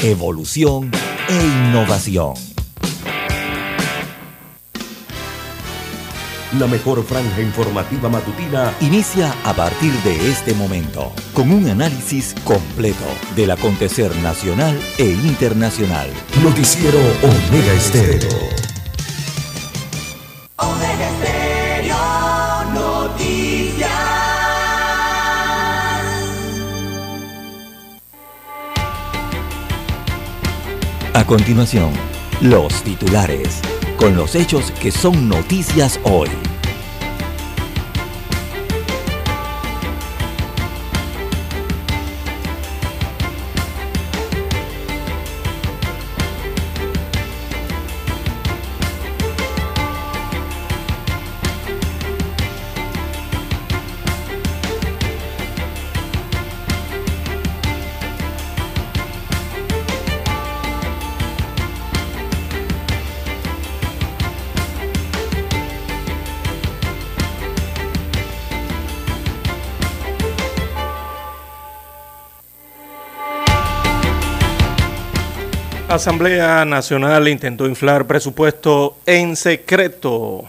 evolución e innovación. La mejor franja informativa matutina inicia a partir de este momento, con un análisis completo del acontecer nacional e internacional. Noticiero Omega Estéreo. Omega Estéreo Noticias. A continuación, los titulares, con los hechos que son noticias hoy. Asamblea Nacional intentó inflar presupuesto en secreto.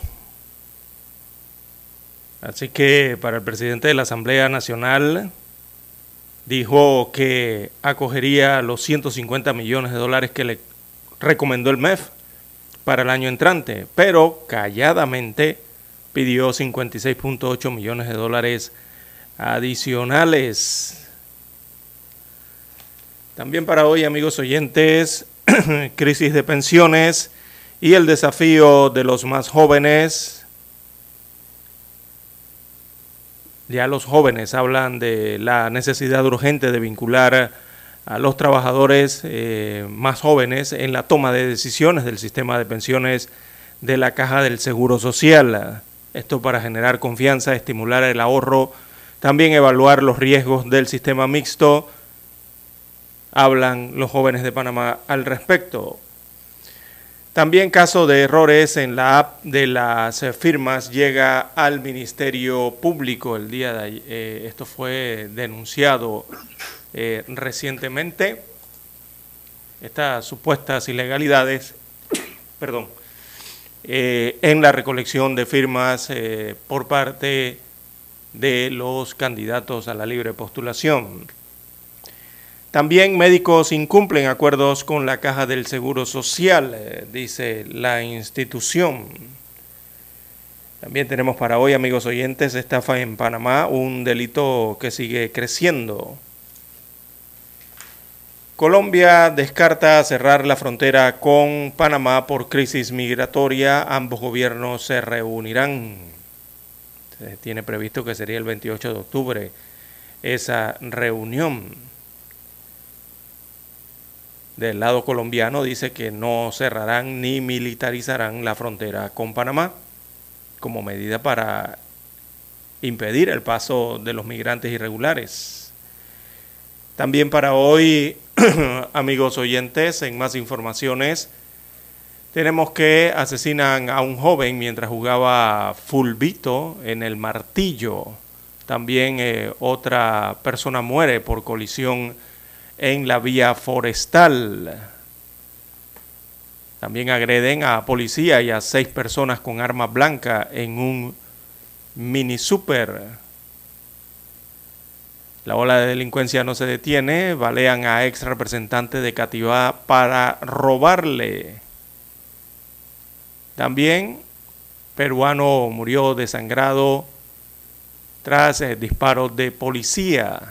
Así que para el presidente de la Asamblea Nacional dijo que acogería los 150 millones de dólares que le recomendó el MEF para el año entrante, pero calladamente pidió 56.8 millones de dólares adicionales. También para hoy, amigos oyentes, crisis de pensiones y el desafío de los más jóvenes. Ya los jóvenes hablan de la necesidad urgente de vincular a los trabajadores más jóvenes en la toma de decisiones del sistema de pensiones de la Caja del Seguro Social. Esto para generar confianza, estimular el ahorro, también evaluar los riesgos del sistema mixto. Hablan los jóvenes de Panamá al respecto. También caso de errores en la app de las firmas llega al Ministerio Público el día de ayer. Esto fue denunciado recientemente. Estas supuestas ilegalidades, en la recolección de firmas por parte de los candidatos a la libre postulación. También médicos incumplen acuerdos con la Caja del Seguro Social, dice la institución. También tenemos para hoy, amigos oyentes, estafa en Panamá, un delito que sigue creciendo. Colombia descarta cerrar la frontera con Panamá por crisis migratoria. Ambos gobiernos se reunirán. Se tiene previsto que sería el 28 de octubre esa reunión. Del lado colombiano dice que no cerrarán ni militarizarán la frontera con Panamá como medida para impedir el paso de los migrantes irregulares. También para hoy, amigos oyentes, en más informaciones, tenemos que asesinan a un joven mientras jugaba fulbito en el Martillo. También otra persona muere por colisión en la vía forestal. También agreden a policía y a 6 personas con arma blanca en un mini super. La ola de delincuencia no se detiene, balean a ex representante de Cativá para robarle. También peruano murió desangrado tras disparos de policía.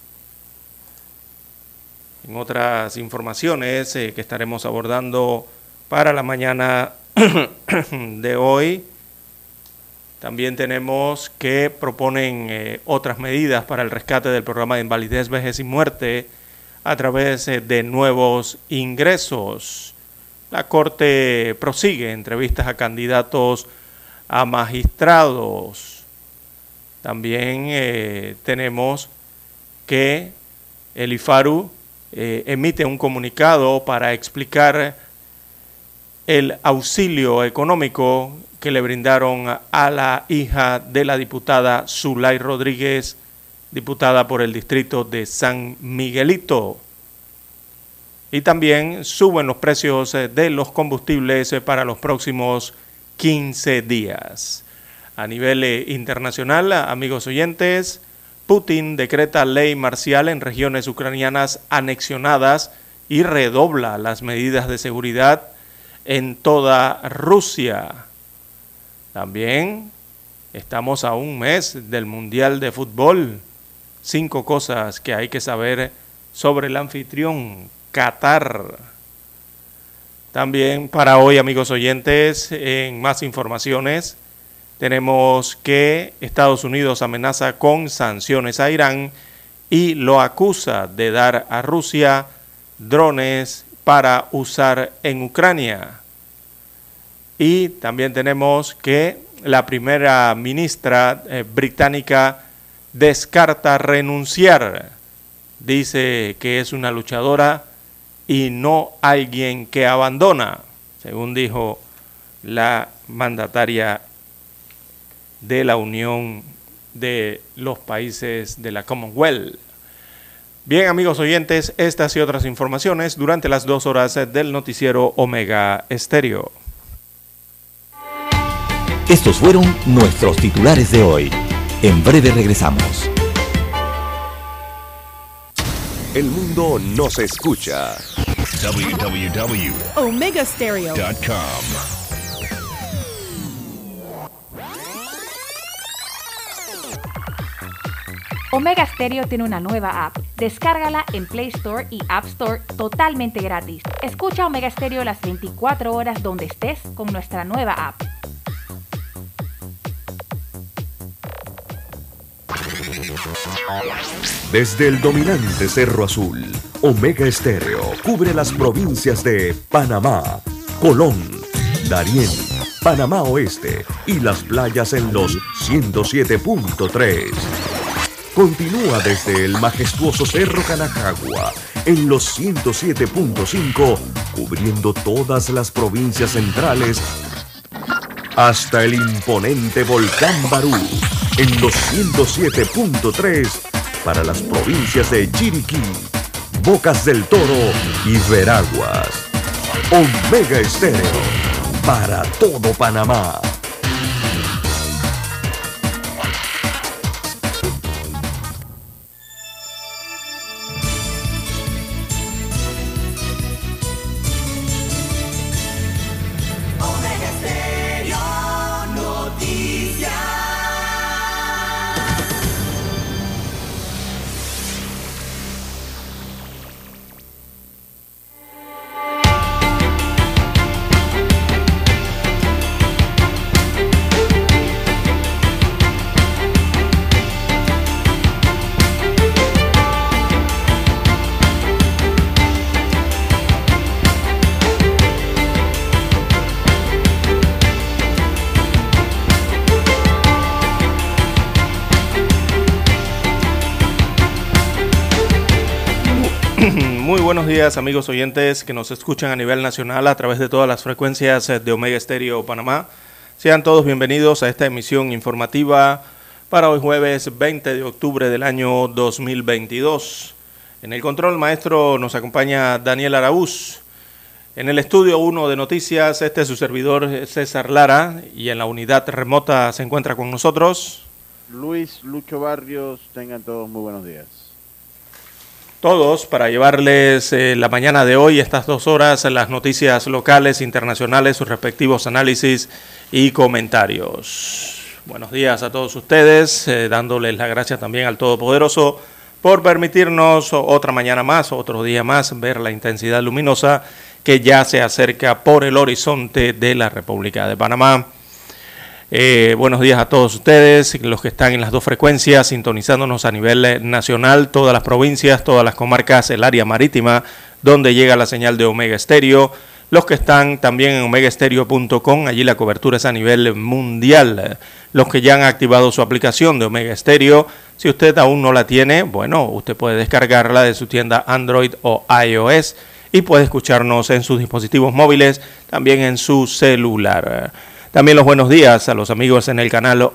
En otras informaciones que estaremos abordando para la mañana de hoy, también tenemos que proponen otras medidas para el rescate del programa de invalidez, vejez y muerte a través de nuevos ingresos. La Corte prosigue entrevistas a candidatos a magistrados. También tenemos que el IFARU emite un comunicado para explicar el auxilio económico que le brindaron a la hija de la diputada Zulay Rodríguez, diputada por el distrito de San Miguelito. y también suben los precios de los combustibles para los próximos 15 días. A nivel internacional, amigos oyentes, Putin decreta ley marcial en regiones ucranianas anexionadas y redobla las medidas de seguridad en toda Rusia. También estamos a un mes del Mundial de Fútbol. 5 cosas que hay que saber sobre el anfitrión, Qatar. También para hoy, amigos oyentes, en más informaciones, tenemos que Estados Unidos amenaza con sanciones a Irán y lo acusa de dar a Rusia drones para usar en Ucrania. Y también tenemos que la primera ministra británica descarta renunciar. Dice que es una luchadora y no alguien que abandona, según dijo la mandataria de la Unión de los Países de la Commonwealth. Bien, amigos oyentes, estas y otras informaciones durante las 2 horas del noticiero Omega Estéreo. Estos fueron nuestros titulares de hoy. En breve regresamos. El mundo nos escucha. www.omegastereo.com. Omega Stereo tiene una nueva app. Descárgala en Play Store y App Store totalmente gratis. Escucha Omega Stereo las 24 horas donde estés con nuestra nueva app. Desde el dominante Cerro Azul, Omega Estéreo cubre las provincias de Panamá, Colón, Darién, Panamá Oeste y las playas en los 107.3. Continúa desde el majestuoso Cerro Canacagua en los 107.5, cubriendo todas las provincias centrales hasta el imponente Volcán Barú en los 107.3 para las provincias de Chiriquí, Bocas del Toro y Veraguas. Omega Estéreo para todo Panamá. Muy buenos días, amigos oyentes que nos escuchan a nivel nacional a través de todas las frecuencias de Omega Estéreo Panamá. Sean todos bienvenidos a esta emisión informativa para hoy jueves 20 de octubre del año 2022. En el control maestro nos acompaña Daniel Araúz. En el estudio 1 de noticias, este es su servidor César Lara, y en la unidad remota se encuentra con nosotros Luis Lucho Barrios. Tengan todos muy buenos días. Todos para llevarles la mañana de hoy, estas 2 horas, las noticias locales, internacionales, sus respectivos análisis y comentarios. Buenos días a todos ustedes, dándoles las gracias también al Todopoderoso por permitirnos otra mañana más, otro día más, ver la intensidad luminosa que ya se acerca por el horizonte de la República de Panamá. Buenos días a todos ustedes, los que están en las 2 frecuencias, sintonizándonos a nivel nacional, todas las provincias, todas las comarcas, el área marítima, donde llega la señal de Omega Estéreo, los que están también en omegaestereo.com, allí la cobertura es a nivel mundial, los que ya han activado su aplicación de Omega Estéreo, si usted aún no la tiene, bueno, usted puede descargarla de su tienda Android o iOS y puede escucharnos en sus dispositivos móviles, también en su celular. También los buenos días a los amigos en el canal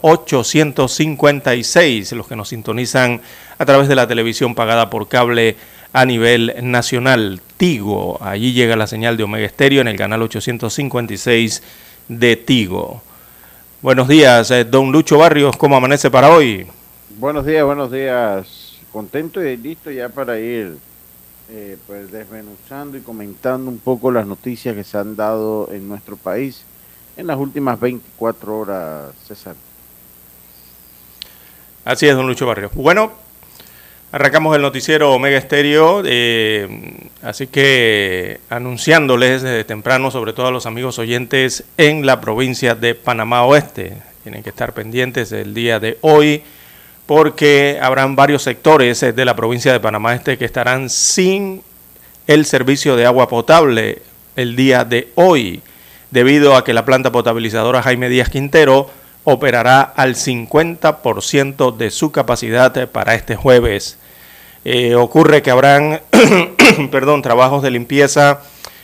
856, los que nos sintonizan a través de la televisión pagada por cable a nivel nacional, Tigo. Allí llega la señal de Omega Estéreo en el canal 856 de Tigo. Buenos días, don Lucho Barrios, ¿cómo amanece para hoy? Buenos días. Contento y listo ya para ir pues desmenuzando y comentando un poco las noticias que se han dado en nuestro país en las últimas 24 horas, César. Así es, don Lucho Barrios. Bueno, arrancamos el noticiero Omega Estéreo, así que anunciándoles desde temprano, sobre todo a los amigos oyentes en la provincia de Panamá Oeste. Tienen que estar pendientes del día de hoy, porque habrán varios sectores de la provincia de Panamá Este que estarán sin el servicio de agua potable el día de hoy, debido a que la planta potabilizadora Jaime Díaz Quintero operará al 50% de su capacidad para este jueves. Ocurre que habrán trabajos de limpieza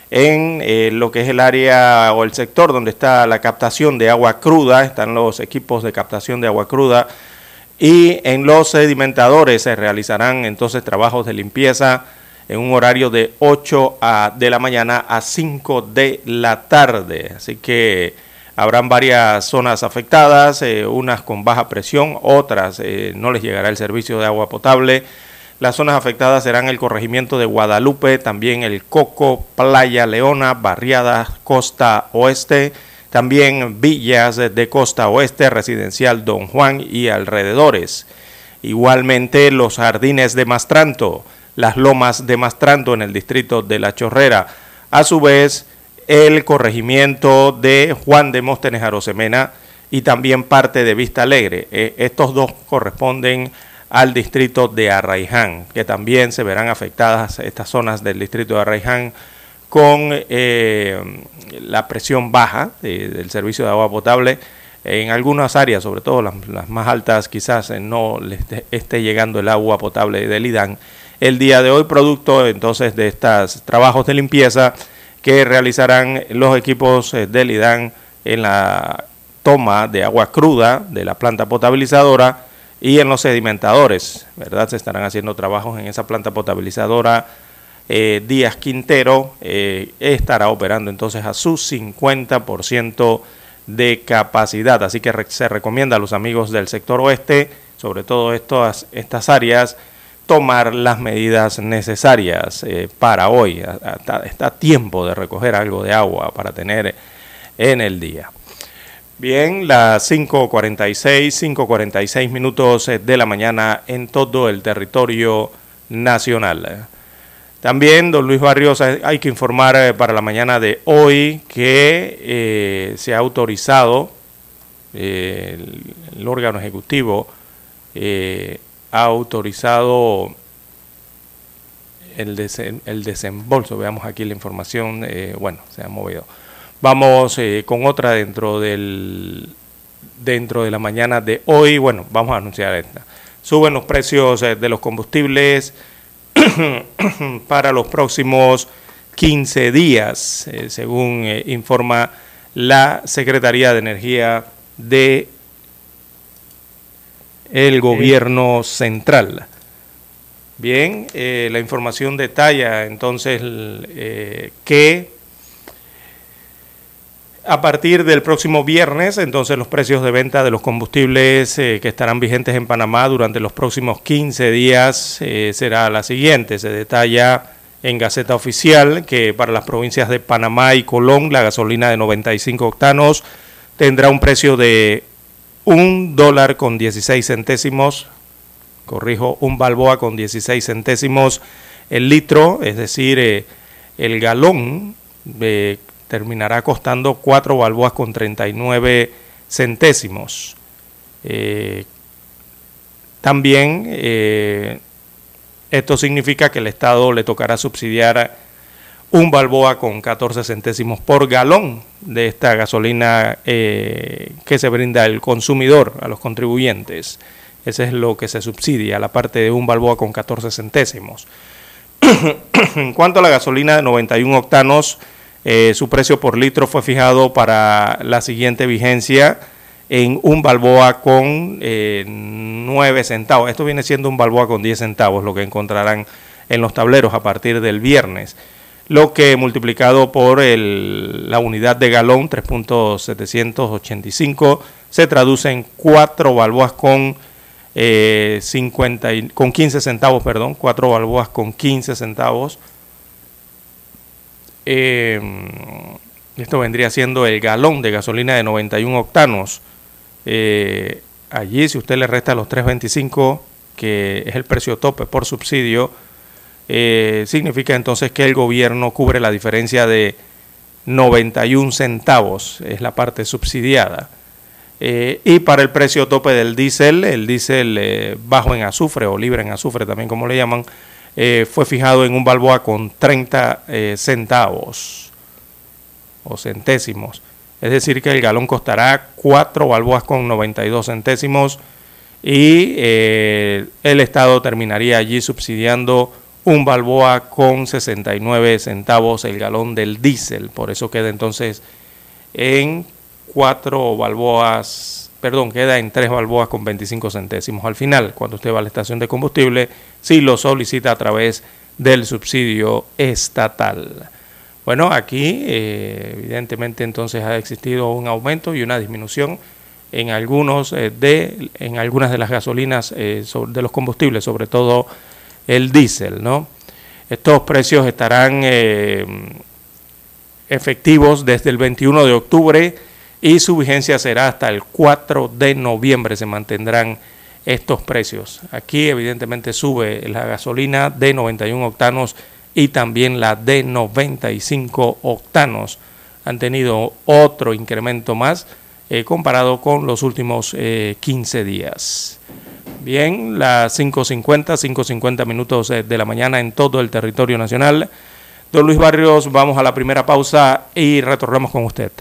en lo que es el área o el sector donde está la captación de agua cruda, están los equipos de captación de agua cruda, y en los sedimentadores se realizarán entonces trabajos de limpieza en un horario de 8 de la mañana a 5 de la tarde. Así que habrán varias zonas afectadas, unas con baja presión, otras no les llegará el servicio de agua potable. Las zonas afectadas serán el corregimiento de Guadalupe, también el Coco, Playa Leona, Barriadas, Costa Oeste, también villas de Costa Oeste, Residencial Don Juan y alrededores. Igualmente los jardines de Mastranto, las lomas de Mastranto en el distrito de La Chorrera. A su vez, el corregimiento de Juan de Móstenes Arosemena y también parte de Vista Alegre. Estos dos corresponden al distrito de Arraiján, que también se verán afectadas estas zonas del distrito de Arraiján con la presión baja del servicio de agua potable. En algunas áreas, sobre todo las más altas, quizás no les esté llegando el agua potable del IDAN el día de hoy, producto entonces de estos trabajos de limpieza que realizarán los equipos del IDAN en la toma de agua cruda de la planta potabilizadora y en los sedimentadores, ¿verdad? Se estarán haciendo trabajos en esa planta potabilizadora. Díaz Quintero estará operando entonces a su 50% de capacidad, así que se recomienda a los amigos del sector oeste, sobre todo estas áreas, tomar las medidas necesarias para hoy. Está tiempo de recoger algo de agua para tener en el día. Bien, las 5:46 minutos de la mañana en todo el territorio nacional. También, don Luis Barrios, hay que informar para la mañana de hoy que se ha autorizado, el órgano ejecutivo ha autorizado el desembolso. Veamos aquí la información, se ha movido. Vamos con otra dentro de la mañana de hoy. Bueno, vamos a anunciar esta. Suben los precios de los combustibles para los próximos 15 días, según informa la Secretaría de Energía de el Gobierno Central. Bien, la información detalla entonces que a partir del próximo viernes, entonces los precios de venta de los combustibles que estarán vigentes en Panamá durante los próximos 15 días será la siguiente. Se detalla en Gaceta Oficial que para las provincias de Panamá y Colón la gasolina de 95 octanos tendrá un precio de $1.16, un balboa con 16 centésimos el litro, es decir, el galón terminará costando 4 balboas con 39 centésimos. También esto significa que el Estado le tocará subsidiar un balboa con 14 centésimos por galón de esta gasolina que se brinda al consumidor, a los contribuyentes. Ese es lo que se subsidia, la parte de un balboa con 14 centésimos. En cuanto a la gasolina de 91 octanos, su precio por litro fue fijado para la siguiente vigencia en un balboa con 9 centavos. Esto viene siendo un balboa con 10 centavos, lo que encontrarán en los tableros a partir del viernes. lo que multiplicado por la unidad de galón 3.785 se traduce en 4 balboas con 15 centavos, 4 balboas con 15 centavos. Esto vendría siendo el galón de gasolina de 91 octanos. Allí, si usted le resta los 3.25, que es el precio tope por subsidio, significa entonces que el gobierno cubre la diferencia de 91 centavos, es la parte subsidiada. Y para el precio tope del diésel, el diésel bajo en azufre o libre en azufre, también como le llaman, fue fijado en un balboa con 30 centavos o centésimos. Es decir, que el galón costará 4 balboas con 92 centésimos y el Estado terminaría allí subsidiando un balboa con 69 centavos el galón del diésel. Por eso queda entonces en 3 balboas con 25 centésimos. Al final, cuando usted va a la estación de combustible, si lo solicita a través del subsidio estatal. Bueno, aquí evidentemente entonces ha existido un aumento y una disminución en algunas de las gasolinas de los combustibles, sobre todo el diésel, ¿no? Estos precios estarán efectivos desde el 21 de octubre y su vigencia será hasta el 4 de noviembre. Se mantendrán estos precios. Aquí evidentemente sube la gasolina de 91 octanos y también la de 95 octanos. Han tenido otro incremento más comparado con los últimos 15 días. Bien, las 5:50 minutos de la mañana en todo el territorio nacional. Don Luis Barrios, vamos a la primera pausa y retornamos con usted.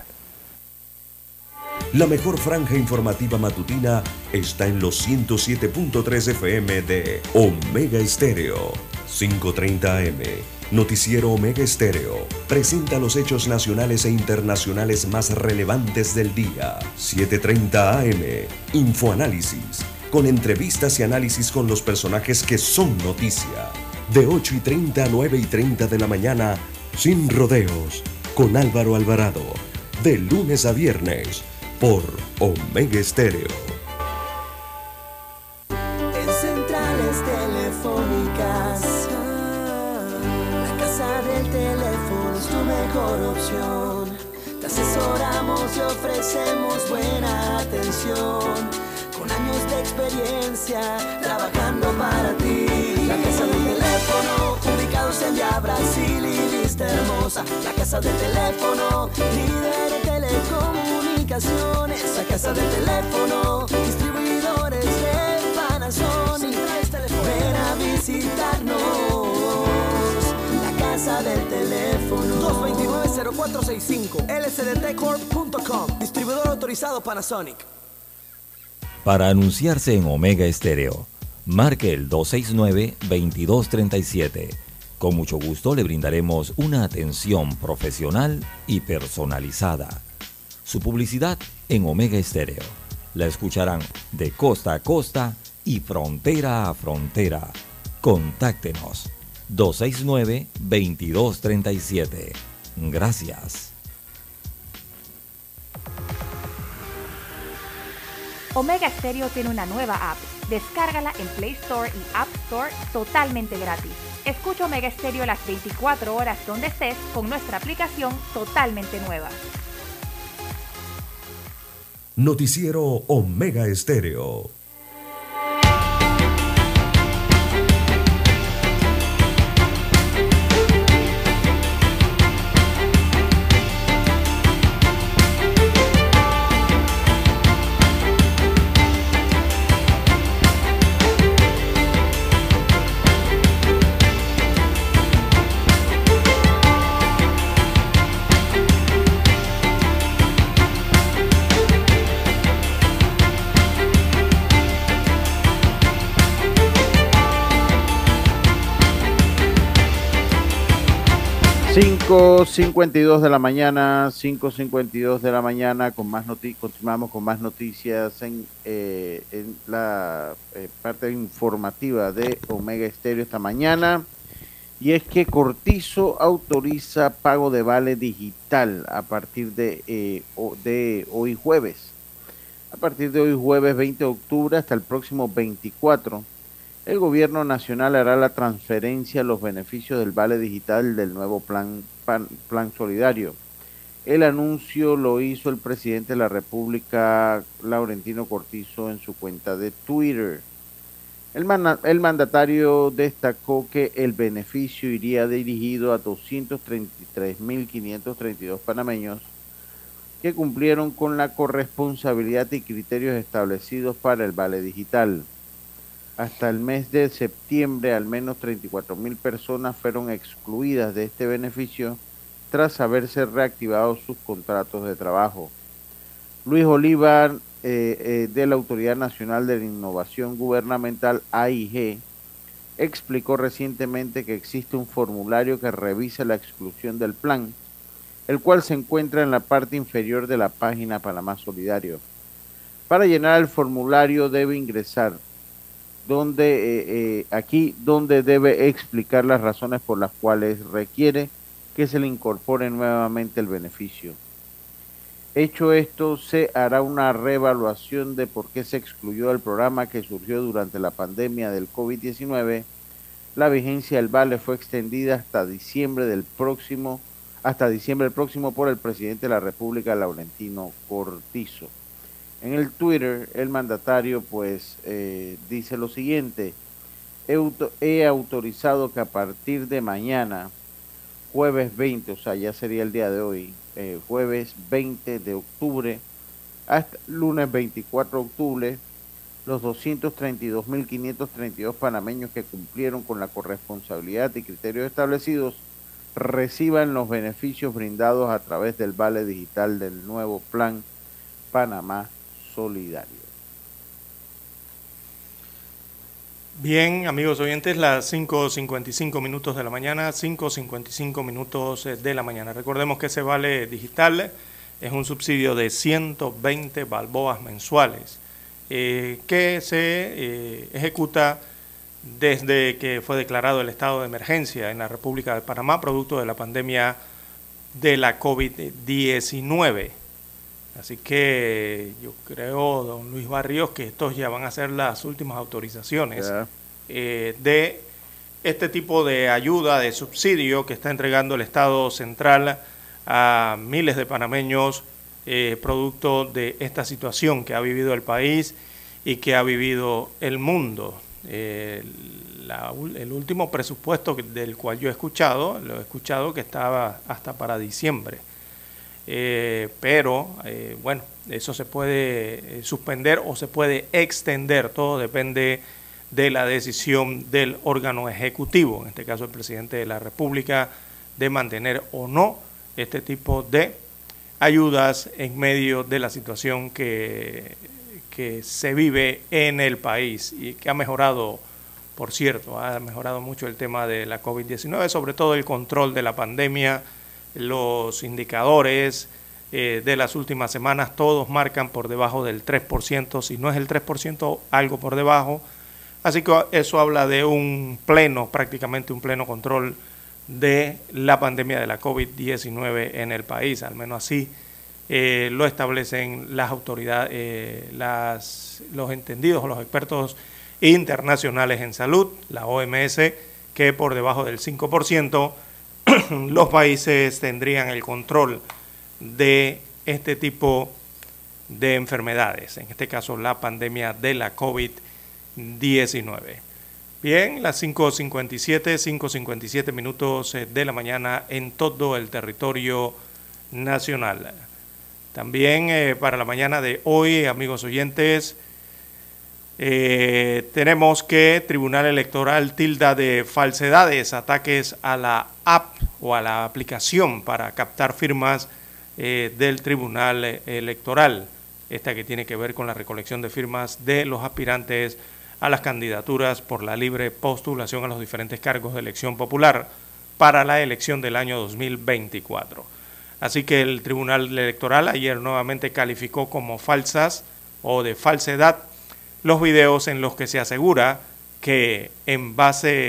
La mejor franja informativa matutina está en los 107.3 FM de Omega Estéreo. 5:30 AM. Noticiero Omega Estéreo presenta los hechos nacionales e internacionales más relevantes del día. 7:30 AM. Infoanálisis, con entrevistas y análisis con los personajes que son noticia. De 8:30 a 9:30 de la mañana, Sin Rodeos, con Álvaro Alvarado. De lunes a viernes, por Omega Estéreo. En centrales telefónicas, la casa del teléfono es tu mejor opción. Te asesoramos y ofrecemos buena atención, con años de experiencia trabajando para ti. La casa del teléfono, ubicados en Via Brasil y Vista Hermosa. La casa del teléfono, líder en telecomunicaciones. La casa del teléfono, distribuidores de Panasonic. Ven a visitarnos. La casa del teléfono, 229-0465, lsdtcorp.com. Distribuidor autorizado Panasonic. Para anunciarse en Omega Estéreo, marque el 269-2237. Con mucho gusto le brindaremos una atención profesional y personalizada. Su publicidad en Omega Estéreo. La escucharán de costa a costa y frontera a frontera. Contáctenos 269-2237. Gracias. Omega Stereo tiene una nueva app. Descárgala en Play Store y App Store totalmente gratis. Escucha Omega Stereo las 24 horas donde estés con nuestra aplicación totalmente nueva. Noticiero Omega Estéreo. Cinco 52 de la mañana, 5:52 de la mañana, continuamos con más noticias en la parte informativa de Omega Estéreo esta mañana. y es que Cortizo autoriza pago de vale digital a partir de hoy jueves. A partir de hoy jueves 20 de octubre hasta el próximo 24, el gobierno nacional hará la transferencia a los beneficios del vale digital del nuevo plan solidario. El anuncio lo hizo el presidente de la República, Laurentino Cortizo, en su cuenta de Twitter. El mandatario destacó que el beneficio iría dirigido a 233.532 panameños que cumplieron con la corresponsabilidad y criterios establecidos para el vale digital. Hasta el mes de septiembre, al menos 34.000 personas fueron excluidas de este beneficio tras haberse reactivado sus contratos de trabajo. Luis Olivar, de la Autoridad Nacional de la Innovación Gubernamental, AIG, explicó recientemente que existe un formulario que revisa la exclusión del plan, el cual se encuentra en la parte inferior de la página Panamá Solidario. Para llenar el formulario debe ingresar aquí donde debe explicar las razones por las cuales requiere que se le incorpore nuevamente el beneficio. Hecho esto, se hará una reevaluación de por qué se excluyó el programa que surgió durante la pandemia del COVID-19. La vigencia del vale fue extendida hasta diciembre del próximo por el presidente de la República, Laurentino Cortizo. En el Twitter, el mandatario dice lo siguiente: he autorizado que a partir de mañana, jueves 20, o sea, ya sería el día de hoy, jueves 20 de octubre, hasta lunes 24 de octubre, los 232.532 panameños que cumplieron con la corresponsabilidad y criterios establecidos reciban los beneficios brindados a través del vale digital del nuevo plan Panamá Solidario. Bien, amigos oyentes, las 5:55 minutos de la mañana, 5:55 minutos de la mañana. Recordemos que ese vale digital es un subsidio de 120 balboas mensuales que se ejecuta desde que fue declarado el estado de emergencia en la República de Panamá, producto de la pandemia de la COVID-19. Así que yo creo, don Luis Barrios, que estos ya van a ser las últimas autorizaciones de este tipo de ayuda, de subsidio que está entregando el Estado central a miles de panameños producto de esta situación que ha vivido el país y que ha vivido el mundo. El último presupuesto del cual yo he escuchado que estaba hasta para diciembre. Pero bueno, eso se puede suspender o se puede extender, todo depende de la decisión del órgano ejecutivo, en este caso el presidente de la República, de mantener o no este tipo de ayudas en medio de la situación que se vive en el país y que ha mejorado, por cierto, ha mejorado mucho el tema de la COVID-19, sobre todo el control de la pandemia. Los indicadores de las últimas semanas todos marcan por debajo del 3%, si no es el 3%, algo por debajo. Así que eso habla de prácticamente un pleno control de la pandemia de la COVID-19 en el país, al menos así lo establecen las autoridades, los entendidos o los expertos internacionales en salud, la OMS, que por debajo del 5% los países tendrían el control de este tipo de enfermedades, en este caso la pandemia de la COVID-19. Bien, las 5:57 minutos de la mañana en todo el territorio nacional. También para la mañana de hoy, amigos oyentes, tenemos que Tribunal Electoral tilda de falsedades ataques a la app o a la aplicación para captar firmas del Tribunal Electoral, esta que tiene que ver con la recolección de firmas de los aspirantes a las candidaturas por la libre postulación a los diferentes cargos de elección popular para la elección del año 2024. Así que el Tribunal Electoral ayer nuevamente calificó como falsas o de falsedad los videos en los que se asegura que en base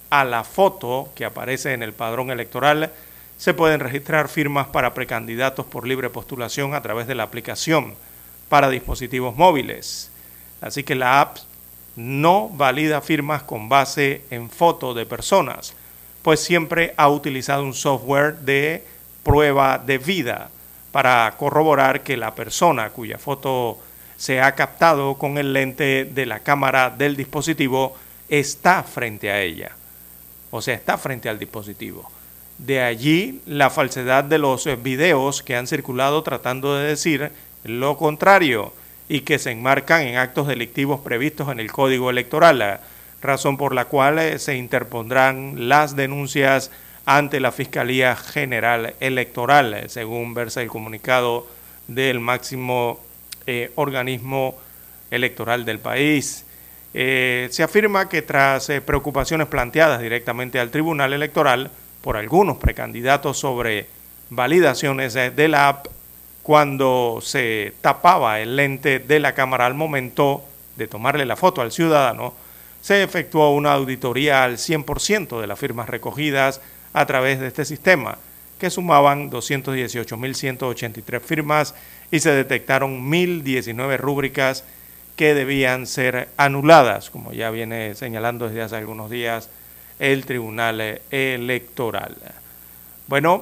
a la foto que aparece en el padrón electoral, se pueden registrar firmas para precandidatos por libre postulación a través de la aplicación para dispositivos móviles. Así que la app no valida firmas con base en fotos de personas, pues siempre ha utilizado un software de prueba de vida para corroborar que la persona cuya foto se ha captado con el lente de la cámara del dispositivo está frente a ella, o sea, está frente al dispositivo. De allí la falsedad de los videos que han circulado tratando de decir lo contrario y que se enmarcan en actos delictivos previstos en el Código Electoral, razón por la cual se interpondrán las denuncias ante la Fiscalía General Electoral, según versa el comunicado del máximo organismo electoral del país. Se afirma que tras preocupaciones planteadas directamente al Tribunal Electoral por algunos precandidatos sobre validaciones de la app, cuando se tapaba el lente de la cámara al momento de tomarle la foto al ciudadano, se efectuó una auditoría al 100% de las firmas recogidas a través de este sistema, que sumaban 218.183 firmas y se detectaron 1.019 rúbricas que debían ser anuladas, como ya viene señalando desde hace algunos días el Tribunal Electoral. Bueno,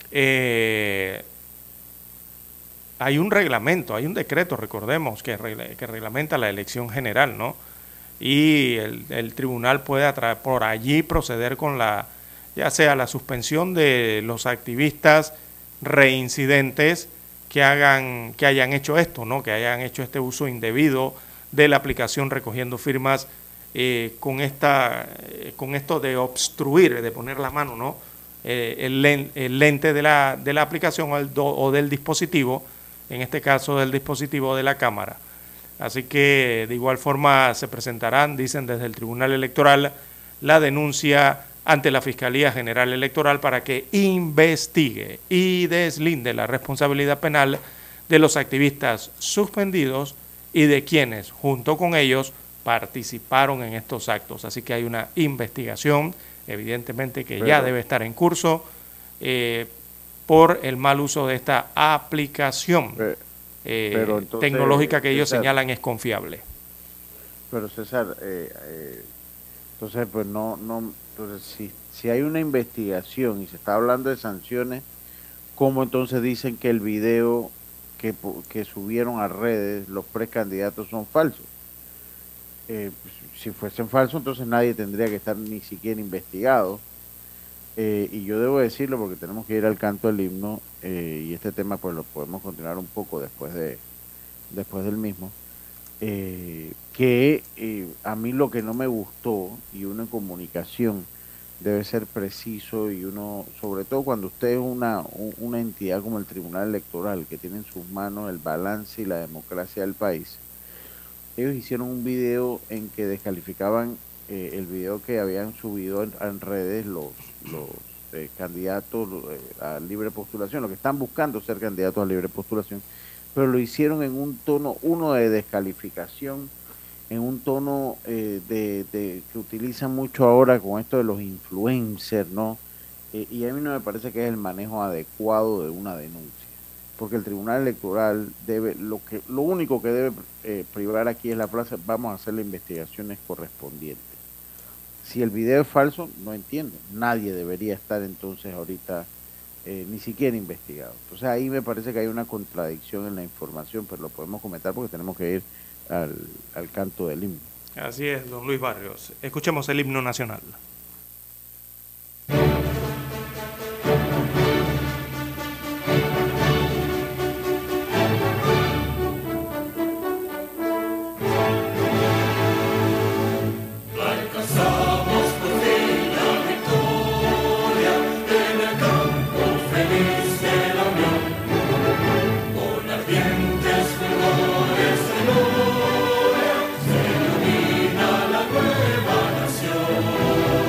hay un reglamento, hay un decreto, recordemos, que reglamenta la elección general, ¿no? Y el tribunal puede por allí proceder con ya sea la suspensión de los activistas reincidentes que hayan hecho esto, ¿no? Que hayan hecho este uso indebido de la aplicación recogiendo firmas con esto de obstruir, de poner la mano, ¿no? El lente de la aplicación o del dispositivo, en este caso del dispositivo de la cámara. Así que de igual forma se presentarán, dicen desde el Tribunal Electoral, la denuncia ante la Fiscalía General Electoral para que investigue y deslinde la responsabilidad penal de los activistas suspendidos y de quienes, junto con ellos, participaron en estos actos. Así que hay una investigación, evidentemente, que ya debe estar en curso por el mal uso de esta aplicación entonces, tecnológica que ellos señalan es confiable. Pero César, entonces pues entonces si hay una investigación y se está hablando de sanciones, ¿cómo entonces dicen que el video que subieron a redes los precandidatos son falsos? Si fuesen falsos, entonces nadie tendría que estar ni siquiera investigado. Y yo debo decirlo porque tenemos que ir al canto del himno y este tema pues lo podemos continuar un poco después del mismo. Que a mí lo que no me gustó, y uno en comunicación debe ser preciso, y uno, sobre todo cuando usted es una entidad como el Tribunal Electoral, que tiene en sus manos el balance y la democracia del país, ellos hicieron un video en que descalificaban el video que habían subido en redes los candidatos a libre postulación, los que están buscando ser candidatos a libre postulación, pero lo hicieron en un tono, uno de descalificación, en un tono que utilizan mucho ahora con esto de los influencers, ¿no? Y a mí no me parece que es el manejo adecuado de una denuncia, porque el Tribunal Electoral lo único que debe privar aquí es la plaza. Vamos a hacer las investigaciones correspondientes. Si el video es falso, no entiendo, nadie debería estar entonces ahorita ni siquiera investigado. Entonces ahí me parece que hay una contradicción en la información, pero lo podemos comentar porque tenemos que ir al canto del himno. Así es, don Luis Barrios. Escuchemos el himno nacional. Se ilumina la nueva nación.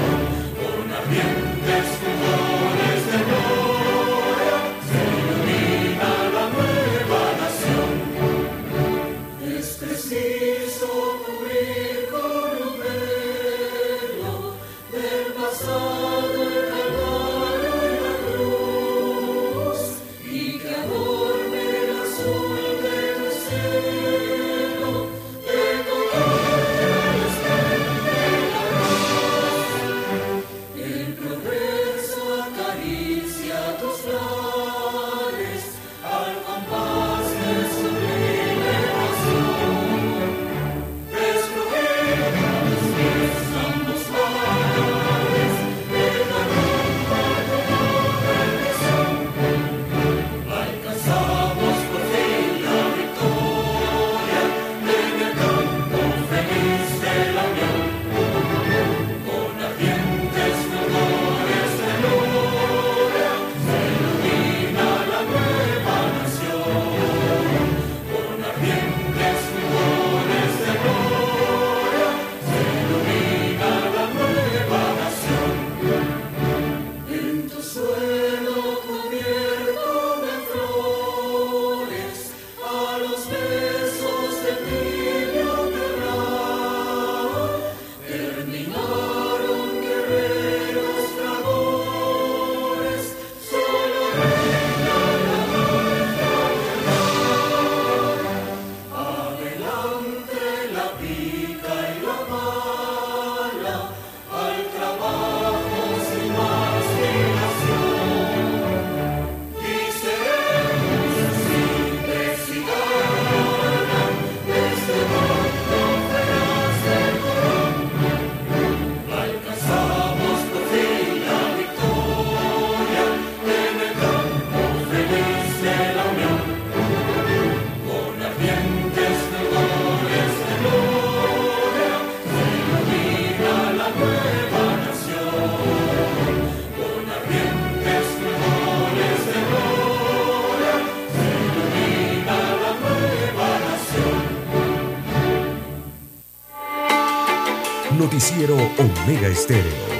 Noticiero Omega Estéreo.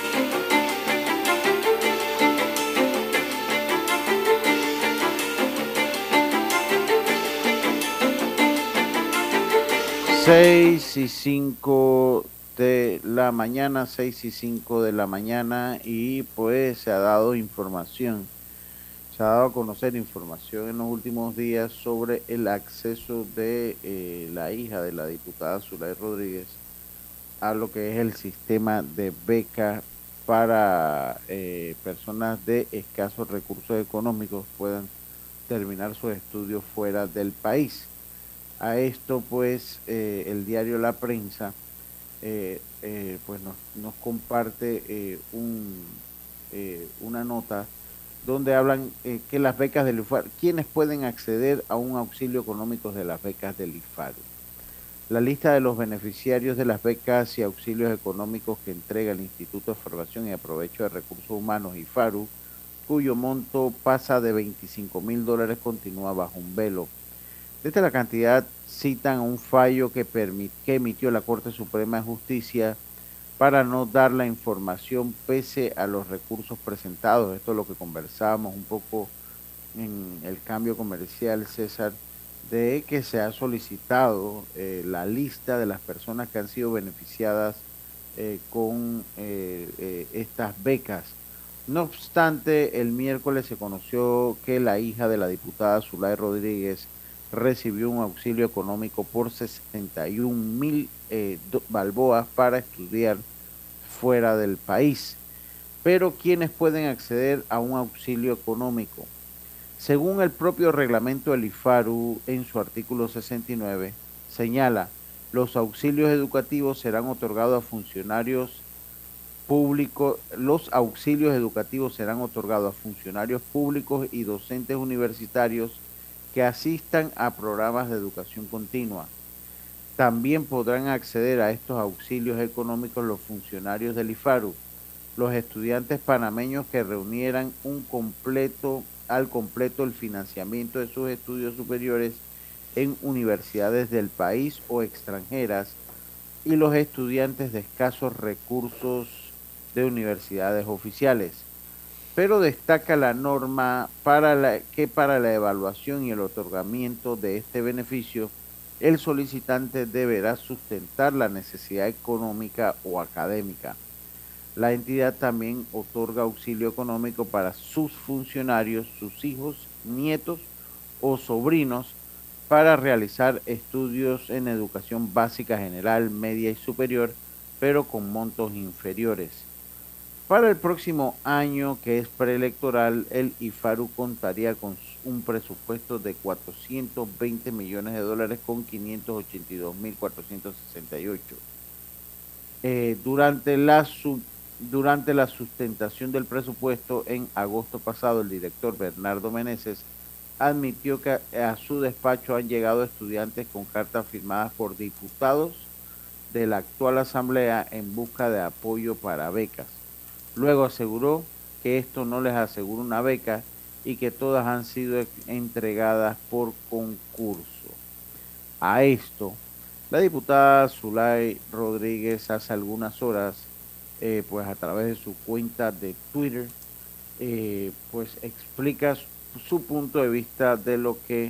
Seis y 5 de la mañana, 6:05 de la mañana, y pues se ha dado a conocer información en los últimos días sobre el acceso de la hija de la diputada Zulay Rodríguez a lo que es el sistema de becas para personas de escasos recursos económicos puedan terminar sus estudios fuera del país. A esto pues el diario La Prensa pues nos comparte una nota donde hablan que las becas del IFARU, ¿quiénes pueden acceder a un auxilio económico de las becas del IFARU? La lista de los beneficiarios de las becas y auxilios económicos que entrega el Instituto de Formación y Aprovecho de Recursos Humanos IFARU, cuyo monto pasa de $25,000, continúa bajo un velo. Desde la cantidad citan un fallo que emitió la Corte Suprema de Justicia para no dar la información pese a los recursos presentados. Esto es lo que conversábamos un poco en el cambio comercial, César, de que se ha solicitado la lista de las personas que han sido beneficiadas con estas becas. No obstante, el miércoles se conoció que la hija de la diputada Zulay Rodríguez recibió un auxilio económico por 61,000 balboas para estudiar fuera del país. Pero ¿quiénes pueden acceder a un auxilio económico? Según el propio reglamento del IFARU, en su artículo 69, señala, los auxilios educativos serán otorgados a funcionarios públicos, los auxilios educativos serán otorgados a funcionarios públicos y docentes universitarios que asistan a programas de educación continua. También podrán acceder a estos auxilios económicos los funcionarios del IFARU, los estudiantes panameños que reunieran al completo el financiamiento de sus estudios superiores en universidades del país o extranjeras y los estudiantes de escasos recursos de universidades oficiales. Pero destaca la norma que para la evaluación y el otorgamiento de este beneficio, el solicitante deberá sustentar la necesidad económica o académica. La entidad también otorga auxilio económico para sus funcionarios, sus hijos, nietos o sobrinos para realizar estudios en educación básica general, media y superior, pero con montos inferiores. Para el próximo año, que es preelectoral, el IFARU contaría con un presupuesto de $420 millones con 582,468. Durante la sustentación del presupuesto en agosto pasado, el director Bernardo Meneses admitió que a su despacho han llegado estudiantes con cartas firmadas por diputados de la actual asamblea en busca de apoyo para becas. Luego aseguró que esto no les asegura una beca y que todas han sido entregadas por concurso. A esto, la diputada Zulay Rodríguez hace algunas horas, pues a través de su cuenta de Twitter, pues explica su punto de vista de lo que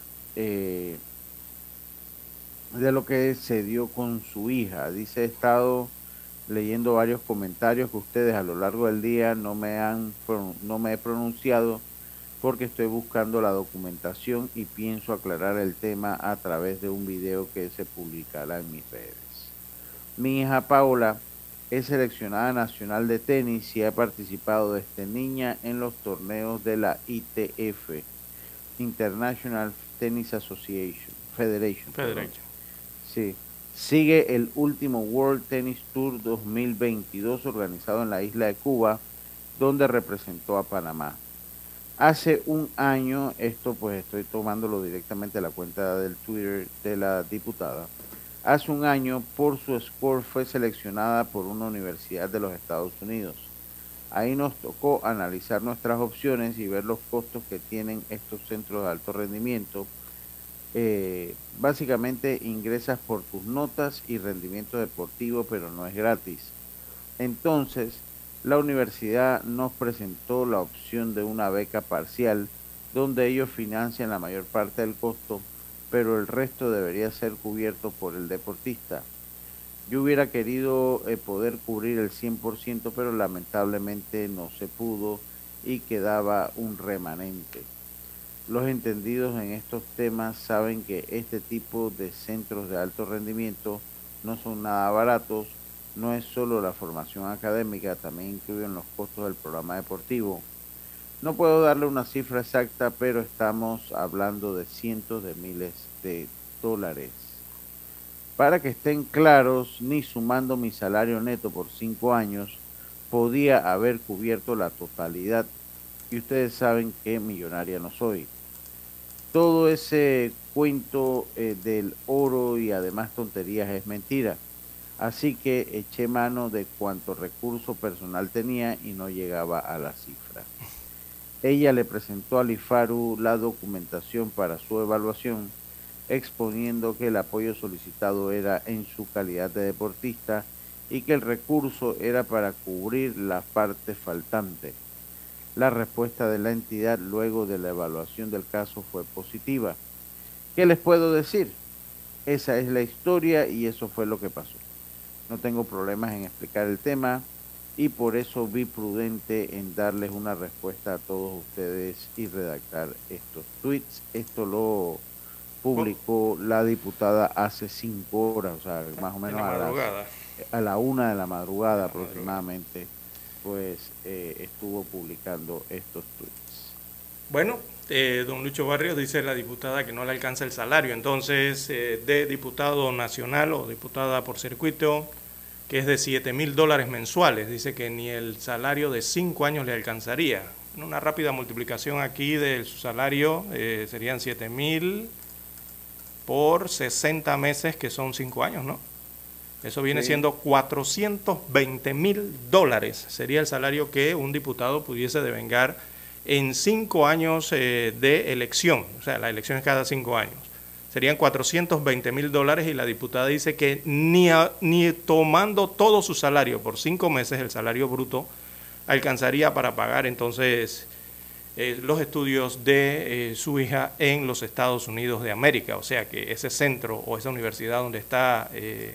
se dio con su hija. Dice, he estado leyendo varios comentarios que ustedes a lo largo del día no me he pronunciado porque estoy buscando la documentación y pienso aclarar el tema a través de un video que se publicará en mis redes. Mi hija Paola es seleccionada nacional de tenis y ha participado desde niña en los torneos de la ITF, International Tennis Federation. Sí. Sigue el último World Tennis Tour 2022 organizado en la isla de Cuba, donde representó a Panamá. Hace un año, esto pues estoy tomándolo directamente de la cuenta del Twitter de la diputada, hace un año por su score fue seleccionada por una universidad de los Estados Unidos. Ahí nos tocó analizar nuestras opciones y ver los costos que tienen estos centros de alto rendimiento. básicamente ingresas por tus notas y rendimiento deportivo, pero no es gratis. Entonces, la universidad nos presentó la opción de una beca parcial, donde ellos financian la mayor parte del costo, pero el resto debería ser cubierto por el deportista. Yo hubiera querido poder cubrir el 100%, pero lamentablemente no se pudo y quedaba un remanente. Los entendidos en estos temas saben que este tipo de centros de alto rendimiento no son nada baratos, no es solo la formación académica, también incluyen los costos del programa deportivo. No puedo darle una cifra exacta, pero estamos hablando de cientos de miles de dólares. Para que estén claros, ni sumando mi salario neto por 5 años, podía haber cubierto la totalidad. Y ustedes saben que millonaria no soy. Todo ese cuento del oro y además tonterías es mentira. Así que eché mano de cuánto recurso personal tenía y no llegaba a la cifra. Ella le presentó al IFARU la documentación para su evaluación, exponiendo que el apoyo solicitado era en su calidad de deportista y que el recurso era para cubrir la parte faltante. La respuesta de la entidad luego de la evaluación del caso fue positiva. ¿Qué les puedo decir? Esa es la historia y eso fue lo que pasó. No tengo problemas en explicar el tema y por eso vi prudente en darles una respuesta a todos ustedes y redactar estos tweets. Esto lo publicó la diputada hace 5 horas, o sea, más o menos a la 1 de la madrugada aproximadamente, pues estuvo publicando estos tweets. Bueno, don Lucho Barrios dice la diputada que no le alcanza el salario, entonces de diputado nacional o diputada por circuito, que es de $7,000 mensuales, dice que ni el salario de 5 años le alcanzaría. En una rápida multiplicación aquí de su salario serían 7,000 por 60 meses, que son 5 años, ¿no? Eso viene siendo $420,000. Sería el salario que un diputado pudiese devengar en 5 años de elección. O sea, la elección es cada 5 años. Serían $420,000 y la diputada dice que ni tomando todo su salario por 5 meses, el salario bruto, alcanzaría para pagar entonces los estudios de su hija en los Estados Unidos de América. O sea que ese centro o esa universidad donde está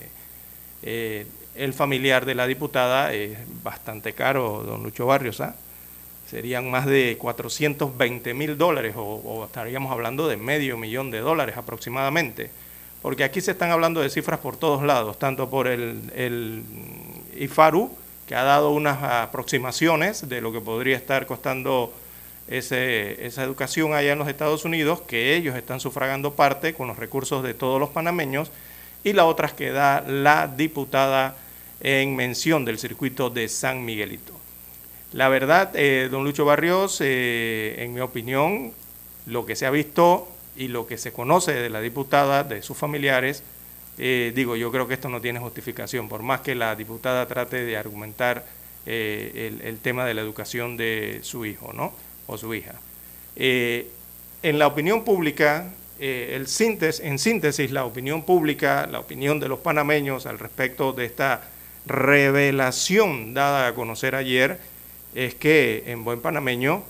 el familiar de la diputada es bastante caro, don Lucho Barrios, ¿ah? Serían más de $420,000 o estaríamos hablando de $500,000 aproximadamente, porque aquí se están hablando de cifras por todos lados, tanto por el IFARU, que ha dado unas aproximaciones de lo que podría estar costando esa educación allá en los Estados Unidos, que ellos están sufragando parte con los recursos de todos los panameños, y la otra que da la diputada en mención del circuito de San Miguelito. La verdad, don Lucho Barrios, en mi opinión, lo que se ha visto y lo que se conoce de la diputada, de sus familiares, yo creo que esto no tiene justificación, por más que la diputada trate de argumentar el tema de la educación de su hijo, ¿no? O su hija. En la opinión pública, en síntesis, la opinión pública, la opinión de los panameños al respecto de esta revelación dada a conocer ayer, es que en buen panameño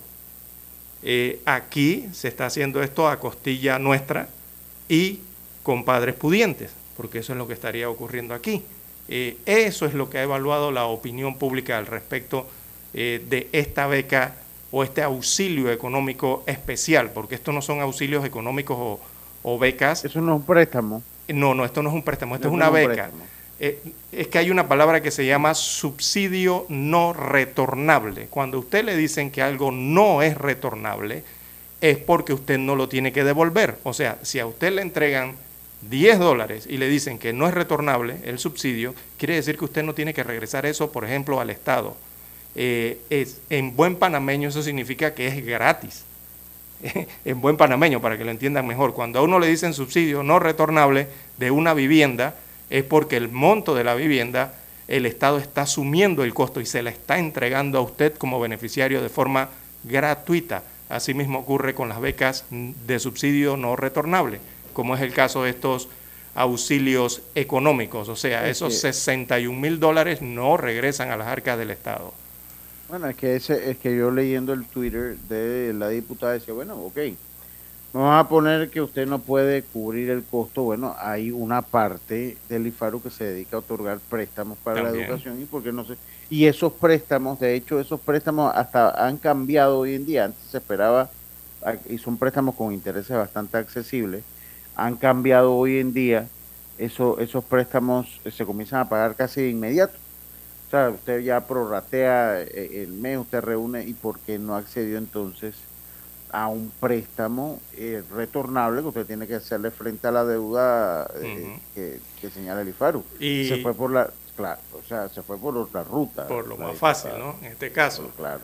aquí se está haciendo esto a costilla nuestra y con padres pudientes, porque eso es lo que estaría ocurriendo aquí. Eso es lo que ha evaluado la opinión pública al respecto de esta beca o este auxilio económico especial, porque estos no son auxilios económicos o becas. Eso no es un préstamo. No, esto no es un préstamo, esto es una beca. Es que hay una palabra que se llama subsidio no retornable. Cuando a usted le dicen que algo no es retornable, es porque usted no lo tiene que devolver. O sea, si a usted le entregan $10 y le dicen que no es retornable el subsidio, quiere decir que usted no tiene que regresar eso, por ejemplo, al Estado. En buen panameño eso significa que es gratis. En buen panameño, para que lo entiendan mejor. Cuando a uno le dicen subsidio no retornable de una vivienda, es porque el monto de la vivienda, el Estado está asumiendo el costo y se la está entregando a usted como beneficiario de forma gratuita. Asimismo ocurre con las becas de subsidio no retornable. como es el caso de estos auxilios económicos. O sea, esos $61,000 no regresan a las arcas del Estado. Bueno, es que yo leyendo el Twitter de la diputada decía, bueno, ok, vamos a poner que usted no puede cubrir el costo. Bueno, hay una parte del IFARU que se dedica a otorgar préstamos para la educación, y por qué no sé. Y esos préstamos, de hecho, esos préstamos hasta han cambiado hoy en día. Antes se esperaba, y son préstamos con intereses bastante accesibles, han cambiado hoy en día. Esos préstamos se comienzan a pagar casi de inmediato. O sea, usted ya prorratea el mes, usted reúne, y por qué no accedió entonces a un préstamo retornable que usted tiene que hacerle frente a la deuda que señala el IFARU. Y se fue por se fue por otra ruta. Por lo más fácil, ¿no? En este caso. Claro.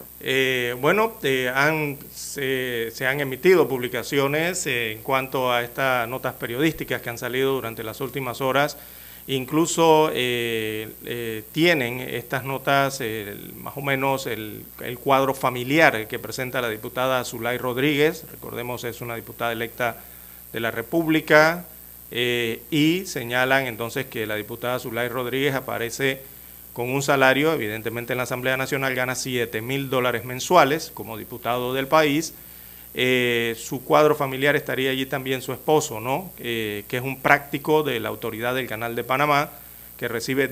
Se han emitido publicaciones en cuanto a estas notas periodísticas que han salido durante las últimas horas. Incluso tienen estas notas más o menos el cuadro familiar que presenta la diputada Zulay Rodríguez. Recordemos, es una diputada electa de la República, y señalan entonces que la diputada Zulay Rodríguez aparece con un salario, evidentemente en la Asamblea Nacional gana $7,000 mensuales como diputado del país. Su cuadro familiar estaría allí también su esposo, ¿no? Que es un práctico de la Autoridad del Canal de Panamá, que recibe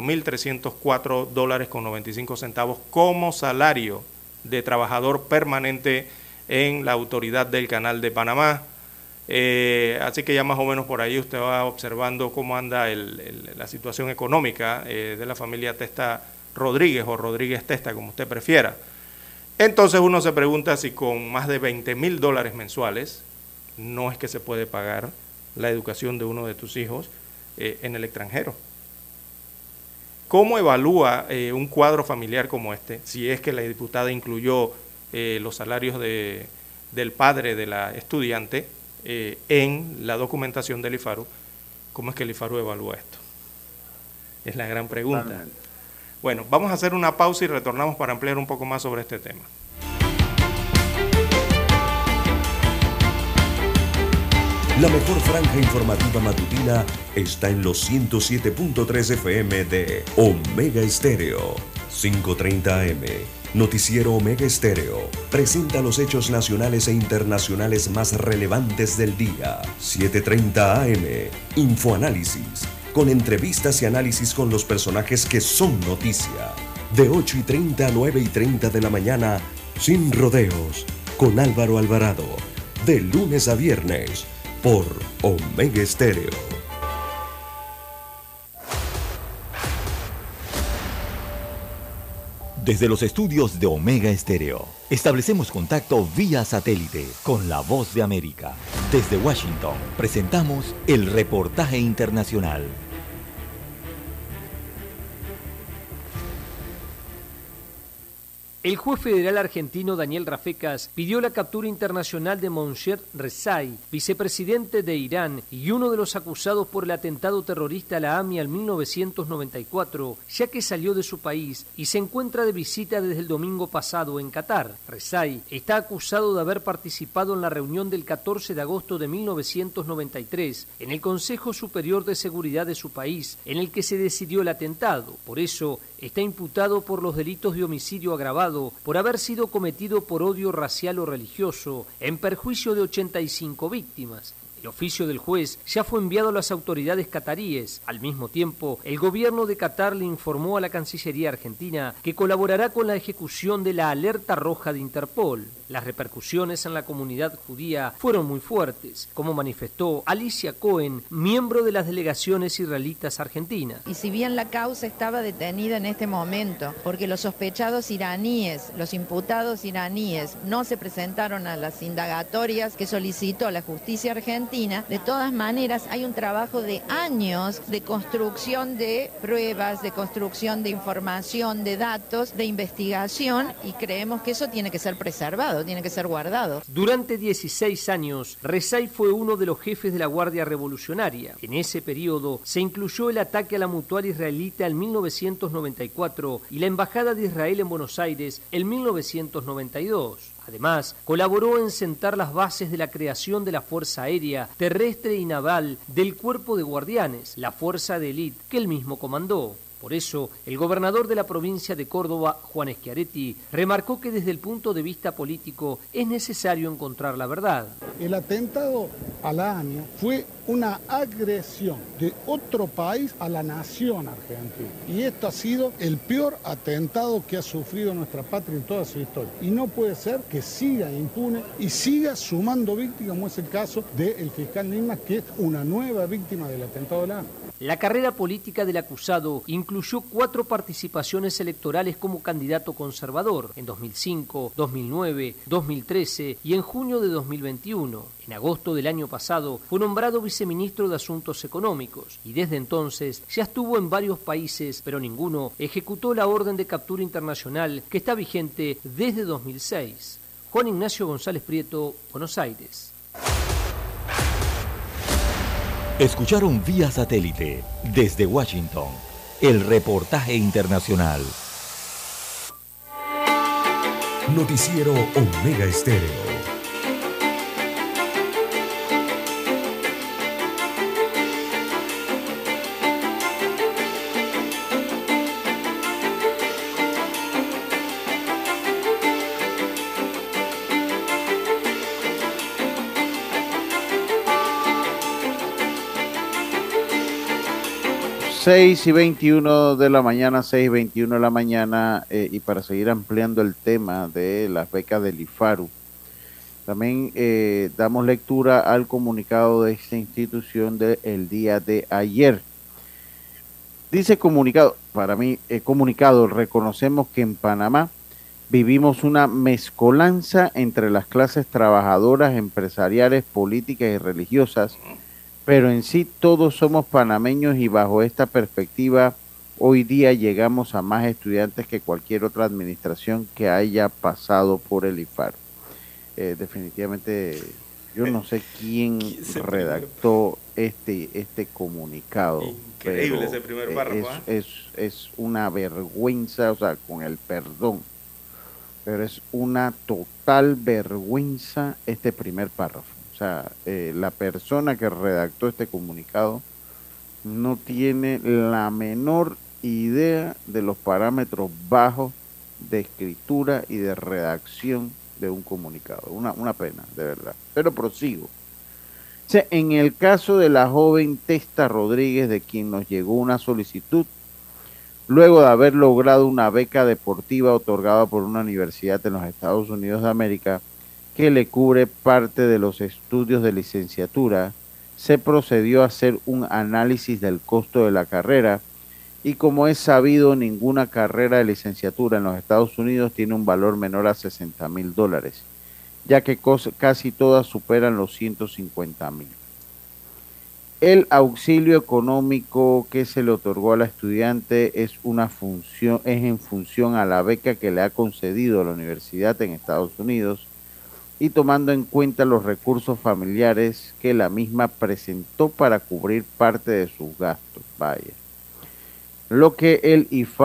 $18,304.95 como salario de trabajador permanente en la Autoridad del Canal de Panamá. Así que ya más o menos por ahí usted va observando cómo anda la situación económica de la familia Testa Rodríguez, o Rodríguez Testa, como usted prefiera. Entonces uno se pregunta si con más de $20,000 mensuales no es que se puede pagar la educación de uno de tus hijos en el extranjero. ¿Cómo evalúa un cuadro familiar como este, si es que la diputada incluyó los salarios del padre de la estudiante en la documentación del IFARU? ¿Cómo es que el IFARU evalúa esto? Es la gran pregunta. Bueno, vamos a hacer una pausa y retornamos para ampliar un poco más sobre este tema. La mejor franja informativa matutina está en los 107.3 FM de Omega Estéreo. 5:30 AM. Noticiero Omega Estéreo presenta los hechos nacionales e internacionales más relevantes del día. 7:30 AM. Infoanálisis, con entrevistas y análisis con los personajes que son noticia. De 8:30 a 9:30 de la mañana, Sin Rodeos, con Álvaro Alvarado. De lunes a viernes, por Omega Estéreo. Desde los estudios de Omega Estéreo, establecemos contacto vía satélite con la Voz de América. Desde Washington, presentamos el reportaje internacional. El juez federal argentino Daniel Rafecas pidió la captura internacional de Moncef Rezaei, vicepresidente de Irán y uno de los acusados por el atentado terrorista a la AMIA en 1994, ya que salió de su país y se encuentra de visita desde el domingo pasado en Qatar. Rezaei está acusado de haber participado en la reunión del 14 de agosto de 1993 en el Consejo Superior de Seguridad de su país, en el que se decidió el atentado. Por eso, está imputado por los delitos de homicidio agravado por haber sido cometido por odio racial o religioso en perjuicio de 85 víctimas. El oficio del juez ya fue enviado a las autoridades cataríes. Al mismo tiempo, el gobierno de Qatar le informó a la Cancillería argentina que colaborará con la ejecución de la alerta roja de Interpol. Las repercusiones en la comunidad judía fueron muy fuertes, como manifestó Alicia Cohen, miembro de las delegaciones israelitas argentinas. Y si bien la causa estaba detenida en este momento, porque los sospechados iraníes, los imputados iraníes, no se presentaron a las indagatorias que solicitó la justicia argentina, de todas maneras hay un trabajo de años de construcción de pruebas, de construcción de información, de datos, de investigación, y creemos que eso tiene que ser preservado, tiene que ser guardado. Durante 16 años, Rezaei fue uno de los jefes de la Guardia Revolucionaria. En ese periodo se incluyó el ataque a la Mutual Israelita en 1994 y la Embajada de Israel en Buenos Aires en 1992. Además, colaboró en sentar las bases de la creación de la Fuerza Aérea, Terrestre y Naval del Cuerpo de Guardianes, la fuerza de élite que él mismo comandó. Por eso, el gobernador de la provincia de Córdoba, Juan Schiaretti, remarcó que desde el punto de vista político es necesario encontrar la verdad. El atentado a la AMIA fue una agresión de otro país a la nación argentina. Y esto ha sido el peor atentado que ha sufrido nuestra patria en toda su historia. Y no puede ser que siga impune y siga sumando víctimas, como es el caso del fiscal Nisman, que es una nueva víctima del atentado de la AMIA. La carrera política del acusado incluyó 4 participaciones electorales como candidato conservador en 2005, 2009, 2013 y en junio de 2021. En agosto del año pasado fue nombrado viceministro de Asuntos Económicos y desde entonces ya estuvo en varios países, pero ninguno ejecutó la orden de captura internacional que está vigente desde 2006. Juan Ignacio González Prieto, Buenos Aires. Escucharon vía satélite desde Washington el reportaje internacional. Noticiero Omega Estéreo. 6:21 de la mañana, 6:21 de la mañana, y para seguir ampliando el tema de las becas del IFARU, también damos lectura al comunicado de esta institución del día de ayer. Dice comunicado, para mí, comunicado, reconocemos que en Panamá vivimos una mezcolanza entre las clases trabajadoras, empresariales, políticas y religiosas, pero en sí todos somos panameños y bajo esta perspectiva hoy día llegamos a más estudiantes que cualquier otra administración que haya pasado por el IFARU. Definitivamente yo no sé quién redactó este comunicado. Increíble ese primer párrafo. Es una vergüenza, o sea, con el perdón, pero es una total vergüenza este primer párrafo. O sea, la persona que redactó este comunicado no tiene la menor idea de los parámetros bajos de escritura y de redacción de un comunicado. Una pena, de verdad. Pero prosigo. O sea, en el caso de la joven Testa Rodríguez, de quien nos llegó una solicitud, luego de haber logrado una beca deportiva otorgada por una universidad en los Estados Unidos de América, que le cubre parte de los estudios de licenciatura, se procedió a hacer un análisis del costo de la carrera y como es sabido, ninguna carrera de licenciatura en los Estados Unidos tiene un valor menor a $60,000, ya que casi todas superan los 150,000. El auxilio económico que se le otorgó a la estudiante es en función a la beca que le ha concedido la universidad en Estados Unidos, y tomando en cuenta los recursos familiares que la misma presentó para cubrir parte de sus gastos. Vaya. Por lo que el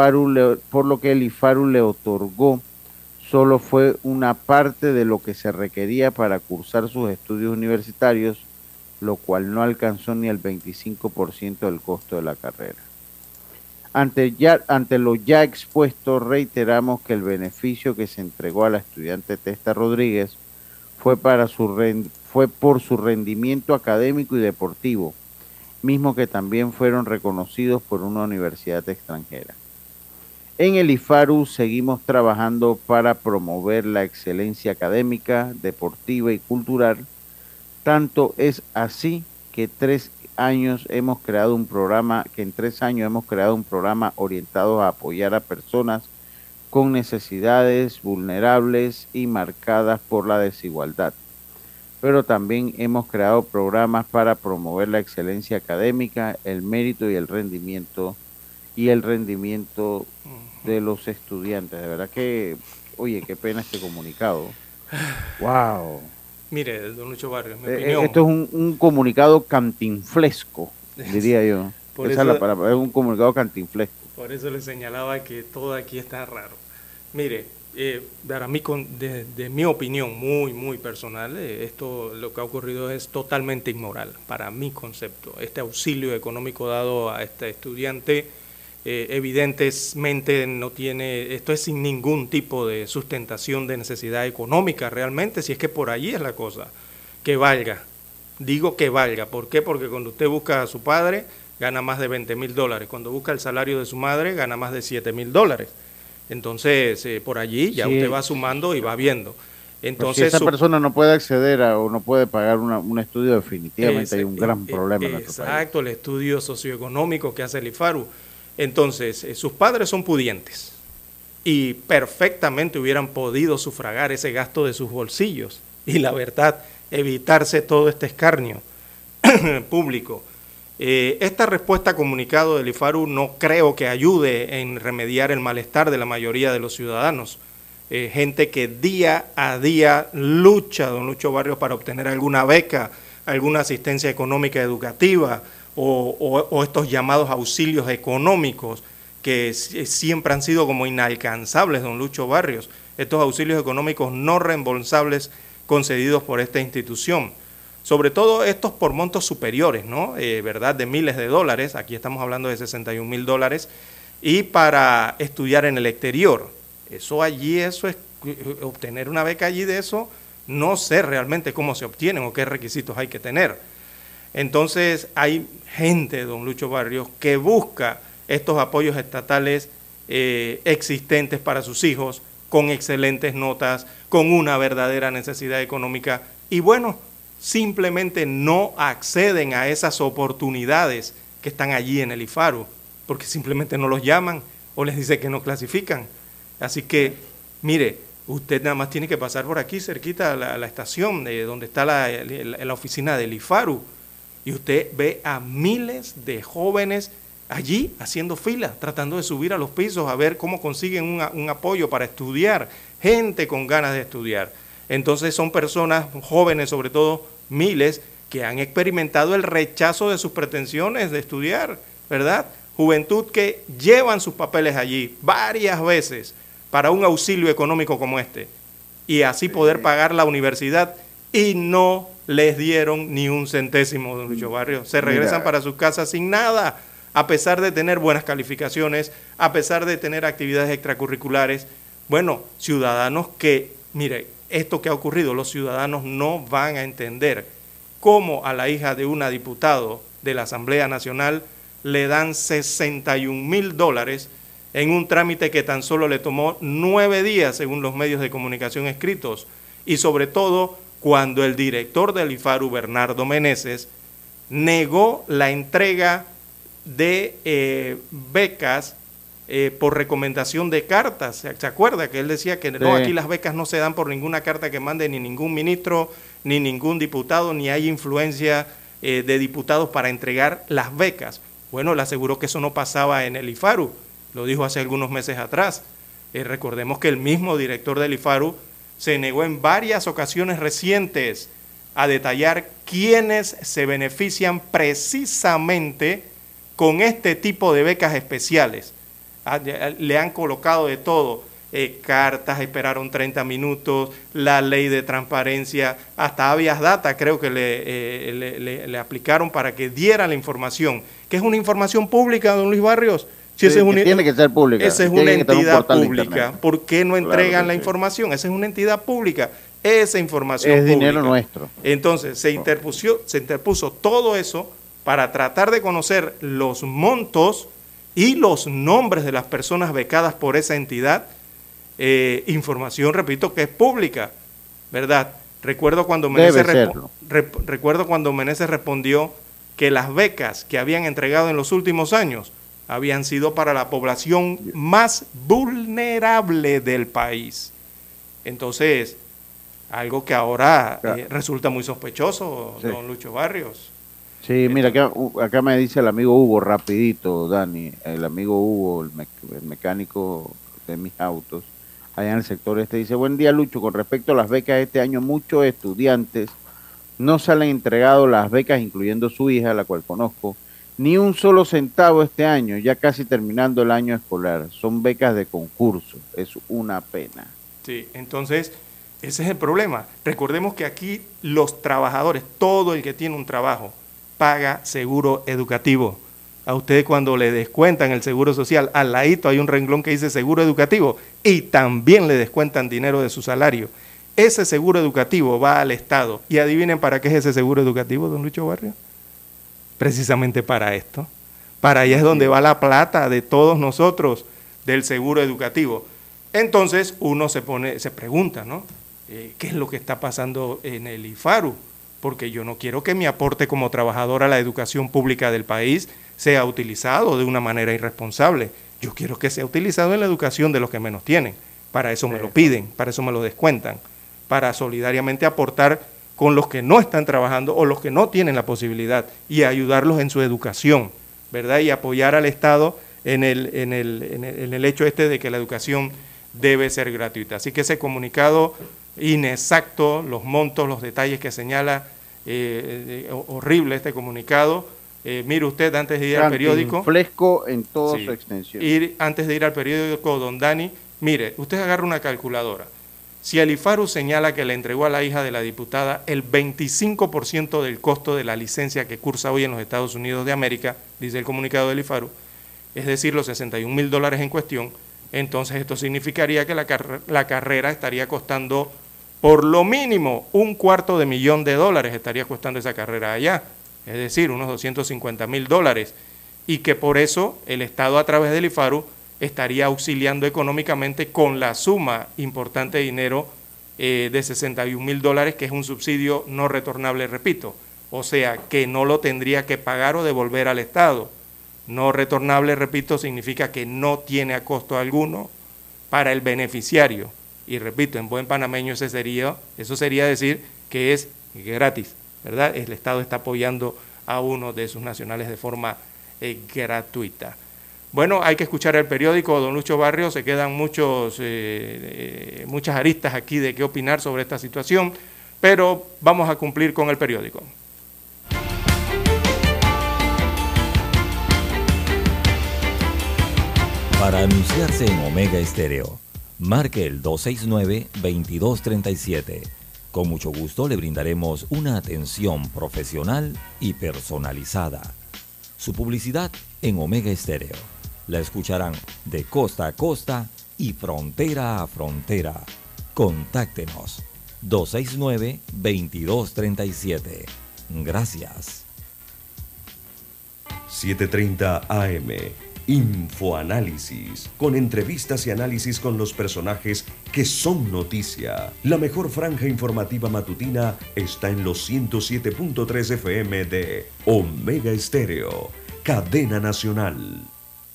IFARU le otorgó solo fue una parte de lo que se requería para cursar sus estudios universitarios, lo cual no alcanzó ni el 25% del costo de la carrera. Ante lo ya expuesto, reiteramos que el beneficio que se entregó a la estudiante Testa Rodríguez fue por su rendimiento académico y deportivo, mismo que también fueron reconocidos por una universidad extranjera. En el IFARU seguimos trabajando para promover la excelencia académica, deportiva y cultural. Tanto es así que en 3 años hemos creado un programa orientado a apoyar a personas con necesidades vulnerables y marcadas por la desigualdad. Pero también hemos creado programas para promover la excelencia académica, el mérito y el rendimiento de los estudiantes. De verdad que, oye, qué pena este comunicado. ¡Wow! Mire, don Lucho Barrios, mi opinión. Esto es un comunicado cantinflesco, diría yo. Esa es la palabra, es un comunicado cantinflesco. Por eso le señalaba que todo aquí está raro. Mire, para mí, de mi opinión muy personal, esto lo que ha ocurrido es totalmente inmoral, para mi concepto. Este auxilio económico dado a este estudiante evidentemente no tiene, esto es sin ningún tipo de sustentación de necesidad económica realmente, si es que por allí es la cosa, que valga. Digo que valga, ¿por qué? Porque cuando usted busca a su padre, gana más de $20,000, cuando busca el salario de su madre, gana más de $7,000. Entonces, por allí ya usted va sumando y va viendo. Entonces, si esa persona no puede acceder o no puede pagar un estudio, definitivamente hay un gran problema en nuestro país. Exacto, el estudio socioeconómico que hace el IFARU. Entonces, sus padres son pudientes y perfectamente hubieran podido sufragar ese gasto de sus bolsillos y la verdad, evitarse todo este escarnio público. Esta respuesta comunicado del IFARU no creo que ayude en remediar el malestar de la mayoría de los ciudadanos. Gente que día a día lucha, don Lucho Barrios, para obtener alguna beca, alguna asistencia económica educativa o estos llamados auxilios económicos que siempre han sido como inalcanzables, don Lucho Barrios, estos auxilios económicos no reembolsables concedidos por esta institución. Sobre todo estos por montos superiores, ¿no? ¿Verdad? De miles de dólares, aquí estamos hablando de $61,000, y para estudiar en el exterior. Eso es, obtener una beca allí de eso, no sé realmente cómo se obtienen o qué requisitos hay que tener. Entonces hay gente, don Lucho Barrios, que busca estos apoyos estatales existentes para sus hijos, con excelentes notas, con una verdadera necesidad económica, y bueno, simplemente no acceden a esas oportunidades que están allí en el IFARU, porque simplemente no los llaman o les dice que no clasifican. Así que, mire, usted nada más tiene que pasar por aquí, cerquita a la estación de donde está la oficina del IFARU, y usted ve a miles de jóvenes allí haciendo fila, tratando de subir a los pisos a ver cómo consiguen un apoyo para estudiar, gente con ganas de estudiar. Entonces son personas jóvenes, sobre todo miles, que han experimentado el rechazo de sus pretensiones de estudiar, ¿verdad? Juventud que llevan sus papeles allí varias veces para un auxilio económico como este, y así poder pagar la universidad, y no les dieron ni un centésimo, don Lucho Barrios. Se regresan para sus casas sin nada, a pesar de tener buenas calificaciones, a pesar de tener actividades extracurriculares. Bueno, ciudadanos que, mire, esto que ha ocurrido, los ciudadanos no van a entender cómo a la hija de una diputado de la Asamblea Nacional le dan $61,000 en un trámite que tan solo le tomó 9 días, según los medios de comunicación escritos, y sobre todo cuando el director del IFARU, Bernardo Meneses, negó la entrega de becas por recomendación de cartas. ¿Se acuerda que él decía que no, aquí las becas no se dan por ninguna carta que mande ni ningún ministro, ni ningún diputado, ni hay influencia de diputados para entregar las becas? Bueno, le aseguró que eso no pasaba en el IFARU, lo dijo hace algunos meses atrás. Recordemos que el mismo director del IFARU se negó en varias ocasiones recientes a detallar quiénes se benefician precisamente con este tipo de becas especiales. Le han colocado de todo, cartas, esperaron 30 minutos, la ley de transparencia, hasta habeas data creo que le aplicaron para que diera la información, que es una información pública, don Luis Barrios. Si sí, tiene que ser pública. Esa es una entidad pública. ¿Por qué no entregan la información? Esa es una entidad pública. Esa información es pública. Dinero nuestro. Entonces se interpuso todo eso para tratar de conocer los montos y los nombres de las personas becadas por esa entidad. Información, repito, que es pública, ¿verdad? Recuerdo cuando Meneses respondió que las becas que habían entregado en los últimos años habían sido para la población más vulnerable del país. Entonces, algo que ahora resulta muy sospechoso, sí, don Lucho Barrios. Sí, mira, acá me dice el amigo Hugo, rapidito, Dani, el amigo Hugo, el mecánico de mis autos, allá en el sector este, dice: buen día, Lucho, con respecto a las becas este año, muchos estudiantes no salen entregados las becas, incluyendo su hija, la cual conozco, ni un solo centavo este año, ya casi terminando el año escolar. Son becas de concurso, es una pena. Sí, entonces ese es el problema. Recordemos que aquí los trabajadores, todo el que tiene un trabajo, paga seguro educativo. A usted cuando le descuentan el seguro social, al ladito hay un renglón que dice seguro educativo y también le descuentan dinero de su salario. Ese seguro educativo va al Estado. Y adivinen para qué es ese seguro educativo, don Lucho Barrio. Precisamente para esto. Para allá es donde va la plata de todos nosotros del seguro educativo. Entonces uno se pregunta, ¿no? ¿Qué es lo que está pasando en el IFARU? Porque yo no quiero que mi aporte como trabajador a la educación pública del país sea utilizado de una manera irresponsable. Yo quiero que sea utilizado en la educación de los que menos tienen. Para eso me lo piden, para eso me lo descuentan, para solidariamente aportar con los que no están trabajando o los que no tienen la posibilidad y ayudarlos en su educación, ¿verdad? Y apoyar al Estado en el hecho de que la educación debe ser gratuita. Así que ese comunicado inexacto, los montos, los detalles que señala, horrible este comunicado. Mire usted, antes de ir al periódico, fresco en toda su extensión. Antes de ir al periódico, don Dani, mire, usted agarra una calculadora. Si el IFARU señala que le entregó a la hija de la diputada el 25% del costo de la licencia que cursa hoy en los Estados Unidos de América, dice el comunicado del IFARU, es decir, los $61,000 en cuestión, entonces esto significaría que la carrera estaría costando por lo mínimo $250,000 estaría costando esa carrera allá, es decir, unos $250,000, y que por eso el Estado a través del IFARU estaría auxiliando económicamente con la suma importante de dinero de $61,000, que es un subsidio no retornable, repito, o sea, que no lo tendría que pagar o devolver al Estado. No retornable, repito, significa que no tiene a costo alguno para el beneficiario. Y repito, en buen panameño eso sería decir que es gratis, ¿verdad? El Estado está apoyando a uno de sus nacionales de forma gratuita. Bueno, hay que escuchar el periódico, don Lucho Barrio, se quedan muchas aristas aquí de qué opinar sobre esta situación, pero vamos a cumplir con el periódico. Para anunciarse en Omega Estéreo, marque el 269-2237. Con mucho gusto le brindaremos una atención profesional y personalizada. Su publicidad en Omega Estéreo. La escucharán de costa a costa y frontera a frontera. Contáctenos 269-2237. Gracias. 7:30 AM. Infoanálisis, con entrevistas y análisis con los personajes que son noticia. La mejor franja informativa matutina está en los 107.3 FM de Omega Estéreo, cadena nacional.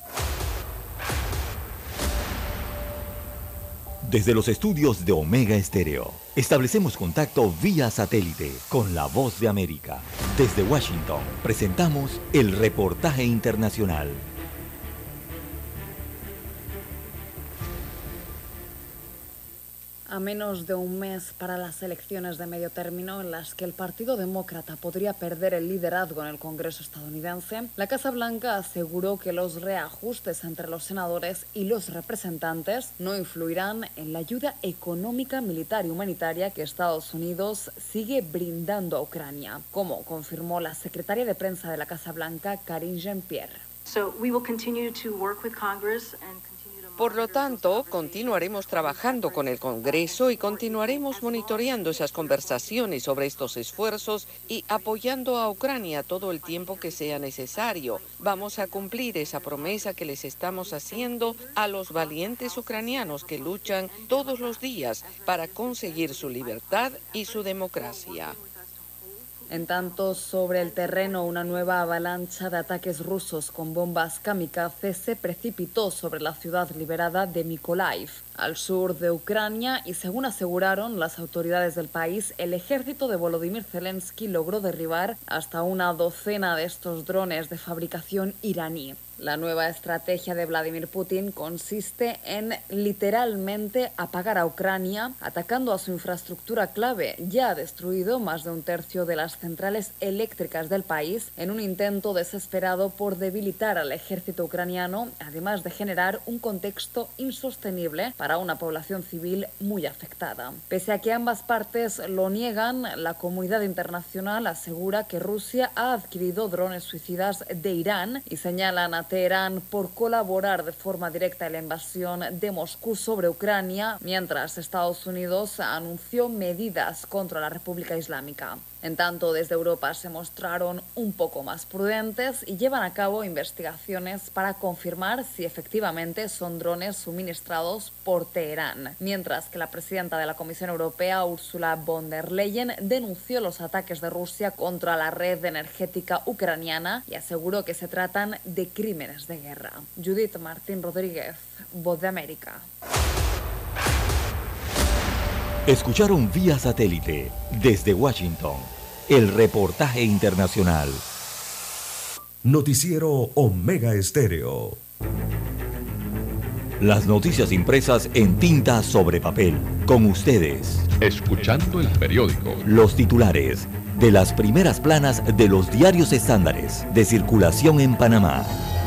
Desde los estudios de Omega Estéreo, establecemos contacto vía satélite con la Voz de América. Desde Washington, presentamos el reportaje internacional. A menos de un mes para las elecciones de medio término en las que el Partido Demócrata podría perder el liderazgo en el Congreso estadounidense, la Casa Blanca aseguró que los reajustes entre los senadores y los representantes no influirán en la ayuda económica, militar y humanitaria que Estados Unidos sigue brindando a Ucrania, como confirmó la secretaria de prensa de la Casa Blanca, Karine Jean-Pierre. Por lo tanto, continuaremos trabajando con el Congreso y continuaremos monitoreando esas conversaciones sobre estos esfuerzos y apoyando a Ucrania todo el tiempo que sea necesario. Vamos a cumplir esa promesa que les estamos haciendo a los valientes ucranianos que luchan todos los días para conseguir su libertad y su democracia. En tanto, sobre el terreno, una nueva avalancha de ataques rusos con bombas kamikaze se precipitó sobre la ciudad liberada de Mykolaiv, al sur de Ucrania, y según aseguraron las autoridades del país, el ejército de Volodymyr Zelensky logró derribar hasta una docena de estos drones de fabricación iraní. La nueva estrategia de Vladimir Putin consiste en literalmente apagar a Ucrania, atacando a su infraestructura clave. Ya ha destruido más de un tercio de las centrales eléctricas del país en un intento desesperado por debilitar al ejército ucraniano, además de generar un contexto insostenible para una población civil muy afectada. Pese a que ambas partes lo niegan, la comunidad internacional asegura que Rusia ha adquirido drones suicidas de Irán y señalan a Teherán por colaborar de forma directa en la invasión de Moscú sobre Ucrania, mientras Estados Unidos anunció medidas contra la República Islámica. En tanto, desde Europa se mostraron un poco más prudentes y llevan a cabo investigaciones para confirmar si efectivamente son drones suministrados por Teherán, mientras que la presidenta de la Comisión Europea, Ursula von der Leyen, denunció los ataques de Rusia contra la red energética ucraniana y aseguró que se tratan de crímenes de guerra. Judith Martín Rodríguez, Voz de América. Escucharon vía satélite desde Washington el reportaje internacional. Noticiero Omega Estéreo. Las noticias impresas en tinta sobre papel. Con ustedes. Escuchando el periódico. Los titulares de las primeras planas de los diarios estándares de circulación en Panamá.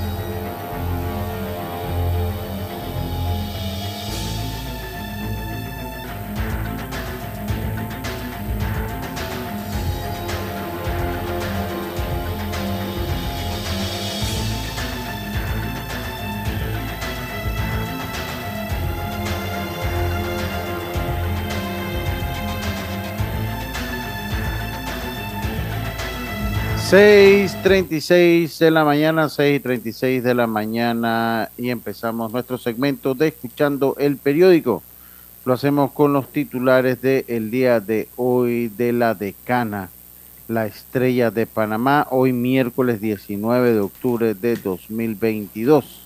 ...6:36 de la mañana, 6:36 de la mañana... ...y empezamos nuestro segmento de Escuchando el Periódico. Lo hacemos con los titulares del día de hoy de La Decana, La Estrella de Panamá, hoy miércoles 19 de octubre de 2022.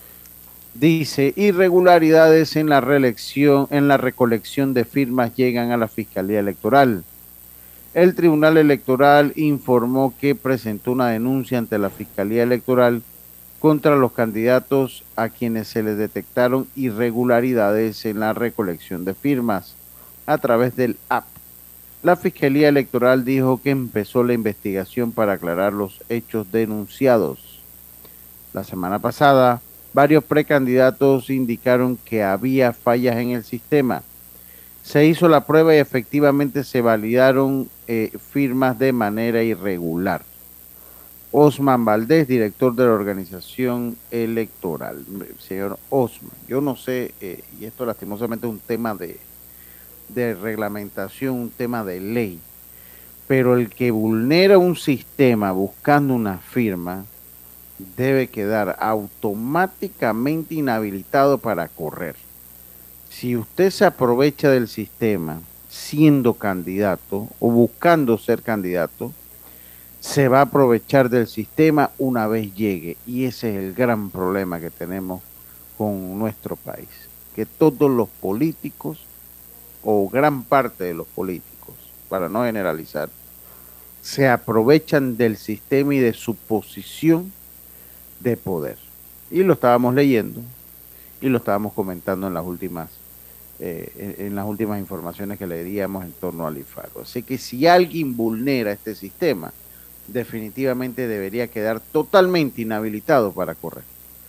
Dice, irregularidades en la recolección de firmas llegan a la Fiscalía Electoral. El Tribunal Electoral informó que presentó una denuncia ante la Fiscalía Electoral contra los candidatos a quienes se les detectaron irregularidades en la recolección de firmas a través del app. La Fiscalía Electoral dijo que empezó la investigación para aclarar los hechos denunciados. La semana pasada, varios precandidatos indicaron que había fallas en el sistema. Se hizo la prueba y efectivamente se validaron firmas de manera irregular. Osman Valdés, director de la organización electoral. Señor Osman, yo no sé, y esto lastimosamente es un tema de reglamentación, un tema de ley, pero el que vulnera un sistema buscando una firma debe quedar automáticamente inhabilitado para correr. Si usted se aprovecha del sistema siendo candidato o buscando ser candidato, se va a aprovechar del sistema una vez llegue. Y ese es el gran problema que tenemos con nuestro país. Que todos los políticos, o gran parte de los políticos, para no generalizar, se aprovechan del sistema y de su posición de poder. Y lo estábamos leyendo y lo estábamos comentando en las últimas informaciones que le díamos en torno al IFARO. Así que si alguien vulnera este sistema, definitivamente debería quedar totalmente inhabilitado para correr.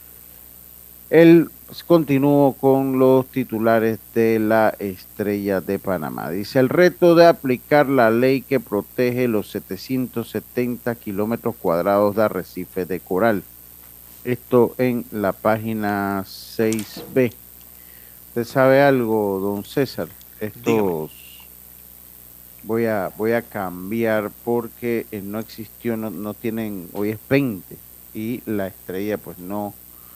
Él continuó con los titulares de La Estrella de Panamá. Dice, el reto de aplicar la ley que protege los 770 kilómetros cuadrados de arrecife de coral. Esto en la página 6B. ¿Usted sabe algo, don César? Estos voy a cambiar porque no existió, no tienen, hoy es 20 y La Estrella pues no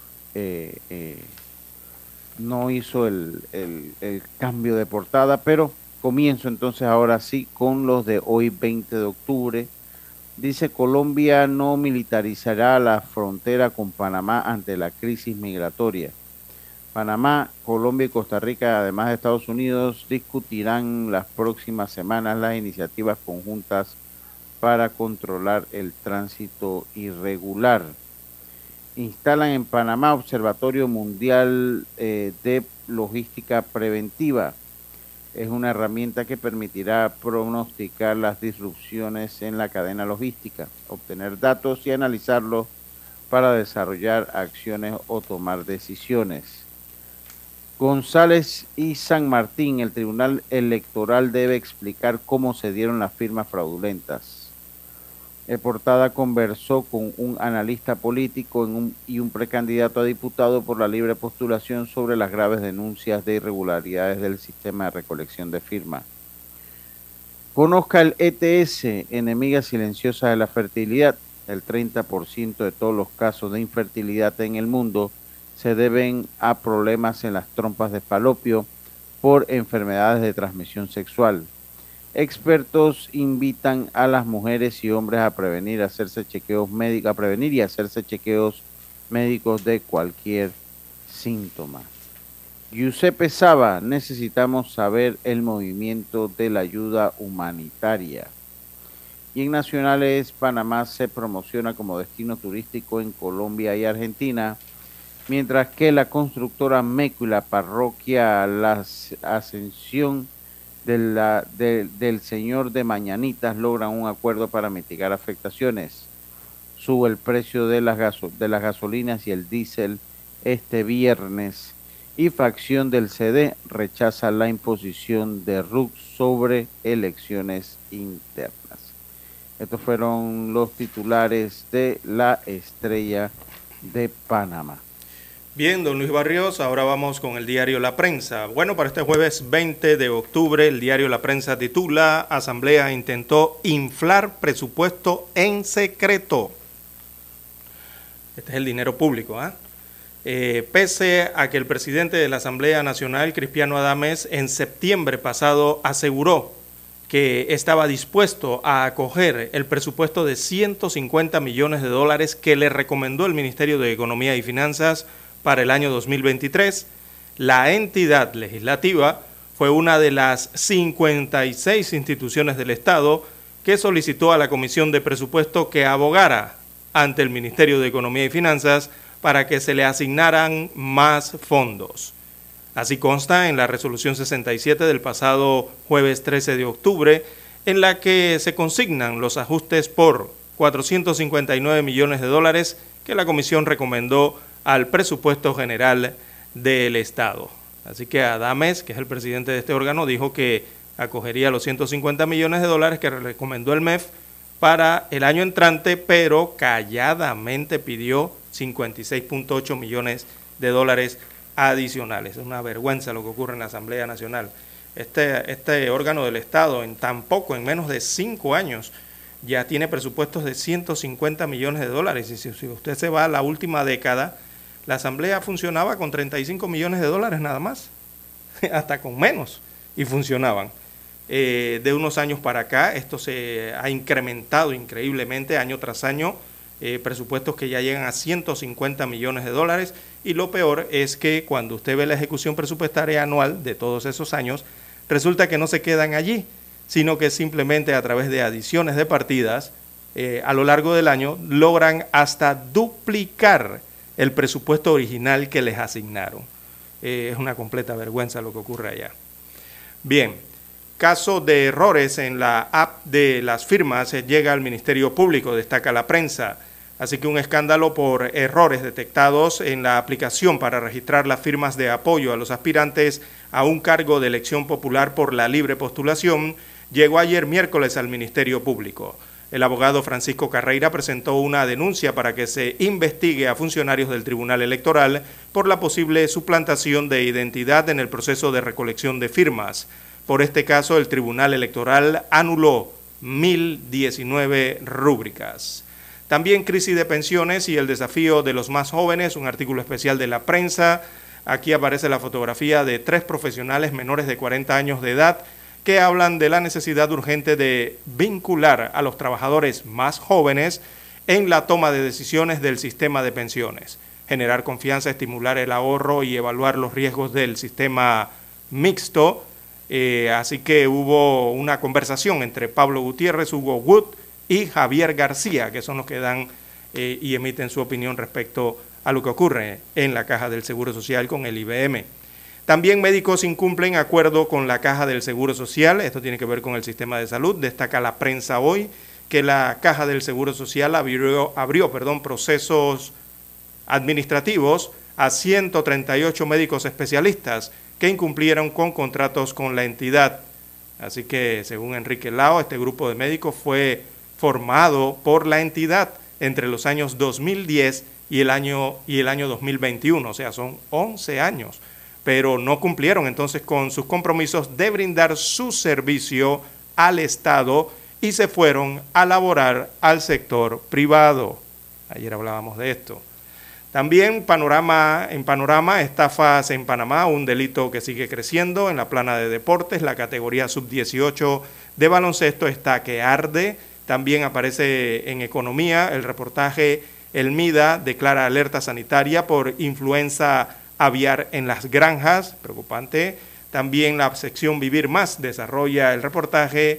hizo el cambio de portada, pero comienzo entonces ahora sí con los de hoy 20 de octubre. Dice, Colombia no militarizará la frontera con Panamá ante la crisis migratoria. Panamá, Colombia y Costa Rica, además de Estados Unidos, discutirán las próximas semanas las iniciativas conjuntas para controlar el tránsito irregular. instalan en Panamá Observatorio Mundial de Logística Preventiva. Es una herramienta que permitirá pronosticar las disrupciones en la cadena logística, obtener datos y analizarlos para desarrollar acciones o tomar decisiones. González y San Martín, el Tribunal Electoral debe explicar cómo se dieron las firmas fraudulentas. Portada conversó con un analista político y un precandidato a diputado por la libre postulación sobre las graves denuncias de irregularidades del sistema de recolección de firmas. Conozca el ETS, enemiga silenciosa de la fertilidad. El 30% de todos los casos de infertilidad en el mundo se deben a problemas en las trompas de falopio por enfermedades de transmisión sexual. Expertos invitan a las mujeres y hombres a prevenir y hacerse chequeos médicos de cualquier síntoma. Giuseppe Saba, necesitamos saber el movimiento de la ayuda humanitaria. Y en nacionales, Panamá se promociona como destino turístico en Colombia y Argentina, mientras que la constructora MECO y la parroquia La Ascensión del Señor de Mañanitas logran un acuerdo para mitigar afectaciones. Sube el precio de las gasolinas y el diésel este viernes y facción del CD rechaza la imposición de RUC sobre elecciones internas. Estos fueron los titulares de La Estrella de Panamá. Bien, don Luis Barrios, ahora vamos con el diario La Prensa. Bueno, para este jueves 20 de octubre, el diario La Prensa titula: Asamblea intentó inflar presupuesto en secreto. Este es el dinero público, pese a que el presidente de la Asamblea Nacional, Cristiano Adames, en septiembre pasado aseguró que estaba dispuesto a acoger el presupuesto de 150 millones de dólares que le recomendó el Ministerio de Economía y Finanzas para el año 2023, la entidad legislativa fue una de las 56 instituciones del Estado que solicitó a la Comisión de Presupuesto que abogara ante el Ministerio de Economía y Finanzas para que se le asignaran más fondos. Así consta en la resolución 67 del pasado jueves 13 de octubre, en la que se consignan los ajustes por 459 millones de dólares que la Comisión recomendó al presupuesto general del Estado. Así que Adames, que es el presidente de este órgano, dijo que acogería los 150 millones de dólares que recomendó el MEF para el año entrante, pero calladamente pidió 56.8 millones de dólares adicionales. Es una vergüenza lo que ocurre en la Asamblea Nacional. Este órgano del Estado, en menos de 5 años, ya tiene presupuestos de 150 millones de dólares. Y si usted se va a la última década, la Asamblea funcionaba con 35 millones de dólares nada más, hasta con menos, y funcionaban. De unos años para acá, esto se ha incrementado increíblemente año tras año, presupuestos que ya llegan a 150 millones de dólares, y lo peor es que cuando usted ve la ejecución presupuestaria anual de todos esos años, resulta que no se quedan allí, sino que simplemente a través de adiciones de partidas, a lo largo del año, logran hasta duplicar el presupuesto original que les asignaron. Es una completa vergüenza lo que ocurre allá. Bien, caso de errores en la app de las firmas llega al Ministerio Público, destaca La Prensa. Así que un escándalo por errores detectados en la aplicación para registrar las firmas de apoyo a los aspirantes a un cargo de elección popular por la libre postulación llegó ayer miércoles al Ministerio Público. El abogado Francisco Carreira presentó una denuncia para que se investigue a funcionarios del Tribunal Electoral por la posible suplantación de identidad en el proceso de recolección de firmas. Por este caso, el Tribunal Electoral anuló 1.019 rúbricas. También crisis de pensiones y el desafío de los más jóvenes, un artículo especial de La Prensa. Aquí aparece la fotografía de 3 profesionales menores de 40 años de edad que hablan de la necesidad urgente de vincular a los trabajadores más jóvenes en la toma de decisiones del sistema de pensiones, generar confianza, estimular el ahorro y evaluar los riesgos del sistema mixto. Así que hubo una conversación entre Pablo Gutiérrez, Hugo Wood y Javier García, que son los que dan y emiten su opinión respecto a lo que ocurre en la Caja del Seguro Social con el IBM. También médicos incumplen acuerdo con la Caja del Seguro Social, esto tiene que ver con el sistema de salud. Destaca la prensa hoy que la Caja del Seguro Social abrió procesos administrativos a 138 médicos especialistas que incumplieron con contratos con la entidad. Así que, según Enrique Lao, este grupo de médicos fue formado por la entidad entre los años 2010 y el año 2021, o sea, son 11 años, pero no cumplieron entonces con sus compromisos de brindar su servicio al Estado y se fueron a laborar al sector privado. Ayer hablábamos de esto. También en Panorama, estafas en Panamá, un delito que sigue creciendo. En la plana de deportes, la categoría sub-18 de baloncesto está que arde. También aparece en economía el reportaje El MIDA declara alerta sanitaria por influenza aviar en las granjas, preocupante. También la sección Vivir Más desarrolla el reportaje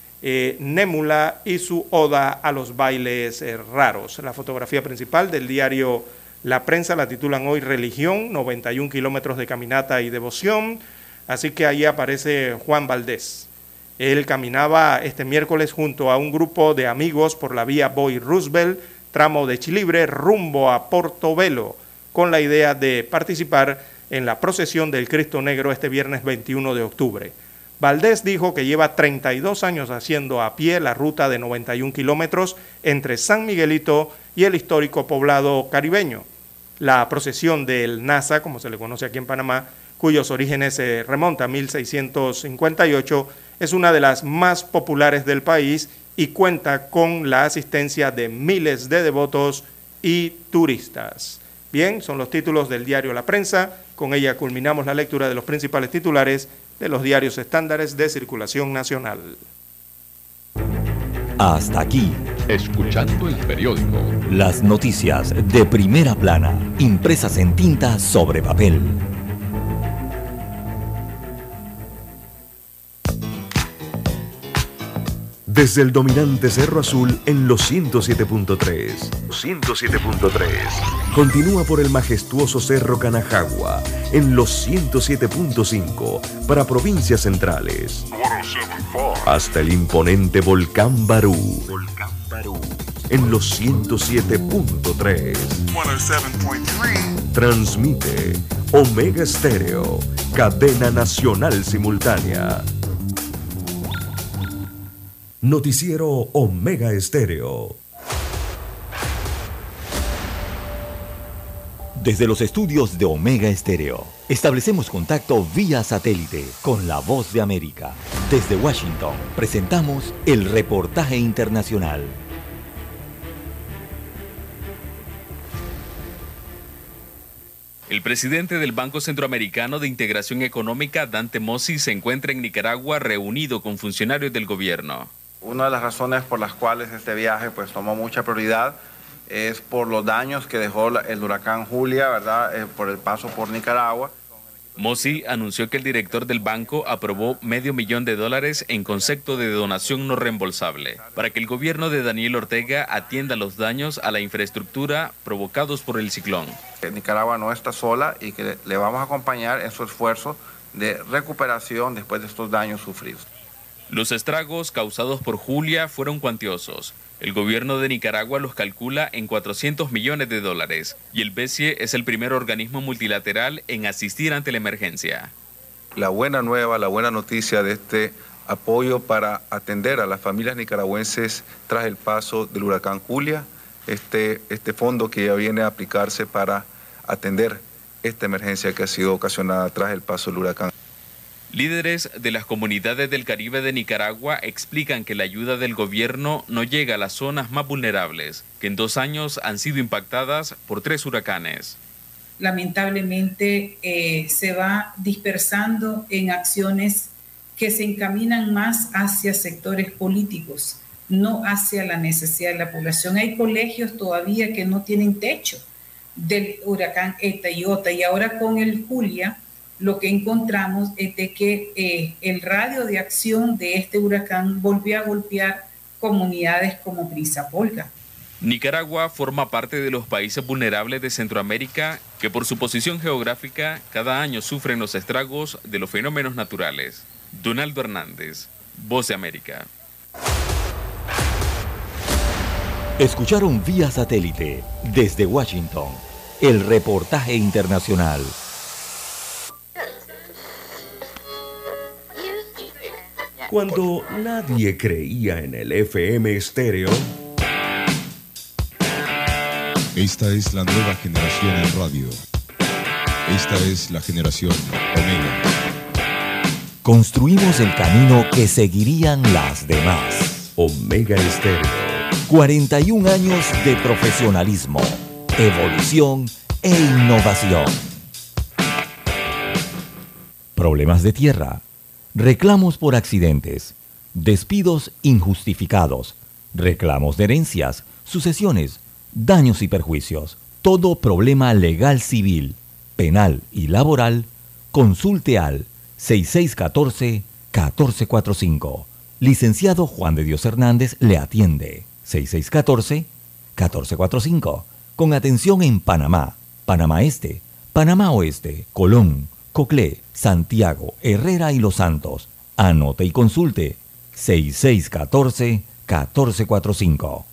Némula y su oda a los bailes raros. La fotografía principal del diario La Prensa la titulan hoy Religión, 91 kilómetros de caminata y devoción. Así que ahí aparece Juan Valdés. Él caminaba este miércoles junto a un grupo de amigos por la vía Boy Roosevelt, tramo de Chilibre, rumbo a Portobelo, con la idea de participar en la procesión del Cristo Negro este viernes 21 de octubre. Valdés dijo que lleva 32 años haciendo a pie la ruta de 91 kilómetros entre San Miguelito y el histórico poblado caribeño. La procesión del NASA, como se le conoce aquí en Panamá, cuyos orígenes se remontan a 1658, es una de las más populares del país y cuenta con la asistencia de miles de devotos y turistas. Bien, son los títulos del diario La Prensa. Con ella culminamos la lectura de los principales titulares de los diarios estándares de circulación nacional. Hasta aquí, escuchando el periódico. Las noticias de primera plana, impresas en tinta sobre papel. Desde el dominante Cerro Azul en los 107.3. 107.3. Continúa por el majestuoso Cerro Canajagua en los 107.5 para provincias centrales. Hasta el imponente Volcán Barú. En los 107.3. Transmite Omega Estéreo, cadena nacional simultánea. Noticiero Omega Estéreo. Desde los estudios de Omega Estéreo, establecemos contacto vía satélite con la Voz de América. Desde Washington, presentamos el reportaje internacional. El presidente del Banco Centroamericano de Integración Económica, Dante Mossi, se encuentra en Nicaragua reunido con funcionarios del gobierno. Una de las razones por las cuales este viaje tomó mucha prioridad es por los daños que dejó el huracán Julia, ¿verdad? Por el paso por Nicaragua. Mossi anunció que el director del banco aprobó $500,000 en concepto de donación no reembolsable para que el gobierno de Daniel Ortega atienda los daños a la infraestructura provocados por el ciclón. Nicaragua no está sola y que le vamos a acompañar en su esfuerzo de recuperación después de estos daños sufridos. Los estragos causados por Julia fueron cuantiosos. El gobierno de Nicaragua los calcula en $400 millones y el BCE es el primer organismo multilateral en asistir ante la emergencia. La buena nueva, la buena noticia de este apoyo para atender a las familias nicaragüenses tras el paso del huracán Julia, este fondo que ya viene a aplicarse para atender esta emergencia que ha sido ocasionada tras el paso del huracán. Líderes de las comunidades del Caribe de Nicaragua explican que la ayuda del gobierno no llega a las zonas más vulnerables, que en 2 años han sido impactadas por 3 huracanes. Lamentablemente se va dispersando en acciones que se encaminan más hacia sectores políticos, no hacia la necesidad de la población. Hay colegios todavía que no tienen techo del huracán Eta y Ota, y ahora con el Julia lo que encontramos es de que el radio de acción de este huracán volvió a golpear comunidades como Brizapolga, Nicaragua forma parte de los países vulnerables de Centroamérica que por su posición geográfica cada año sufren los estragos de los fenómenos naturales. Donaldo Hernández, Voz de América. Escucharon vía satélite desde Washington el reportaje internacional. Cuando nadie creía en el FM estéreo. Esta es la nueva generación en radio. Esta es la generación Omega. Construimos el camino que seguirían las demás. Omega Estéreo. 41 años de profesionalismo, evolución e innovación. Problemas de tierra, reclamos por accidentes, despidos injustificados, reclamos de herencias, sucesiones, daños y perjuicios. Todo problema legal civil, penal y laboral, consulte al 6614-1445. Licenciado Juan de Dios Hernández le atiende. 6614-1445. Con atención en Panamá, Panamá Este, Panamá Oeste, Colón, Coclé, Santiago, Herrera y Los Santos. Anote y consulte 6614-1445.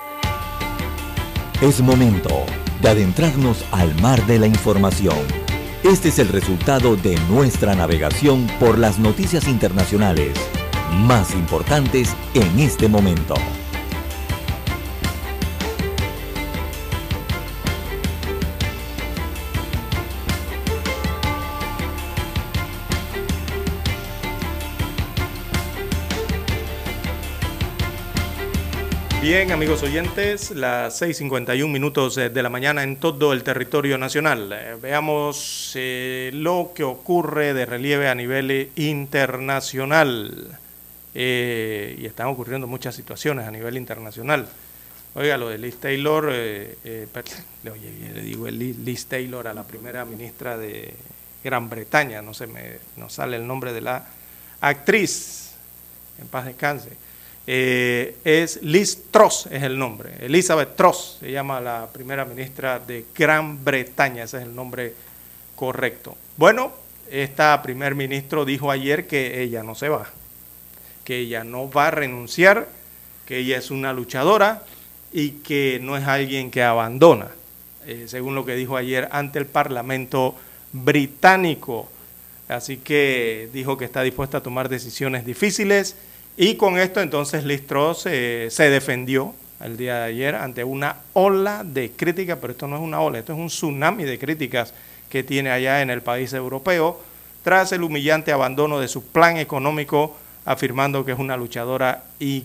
Es momento de adentrarnos al mar de la información. Este es el resultado de nuestra navegación por las noticias internacionales más importantes en este momento. Bien, amigos oyentes, las 6:51 minutos de la mañana en todo el territorio nacional. Veamos lo que ocurre de relieve a nivel internacional. Y están ocurriendo muchas situaciones a nivel internacional. Oiga, lo de Liz Taylor, le digo Liz Taylor a la primera ministra de Gran Bretaña, no sale el nombre de la actriz, en paz descanse. Es Liz Truss, es el nombre. Elizabeth Truss se llama la primera ministra de Gran Bretaña, ese es el nombre correcto. Bueno, esta primer ministro dijo ayer que ella no se va, que ella no va a renunciar, que ella es una luchadora y que no es alguien que abandona, según lo que dijo ayer ante el Parlamento británico. Así que dijo que está dispuesta a tomar decisiones difíciles. Y con esto entonces Liz Truss se defendió el día de ayer ante una ola de críticas, pero esto no es una ola, esto es un tsunami de críticas que tiene allá en el país europeo, tras el humillante abandono de su plan económico, afirmando que es una luchadora y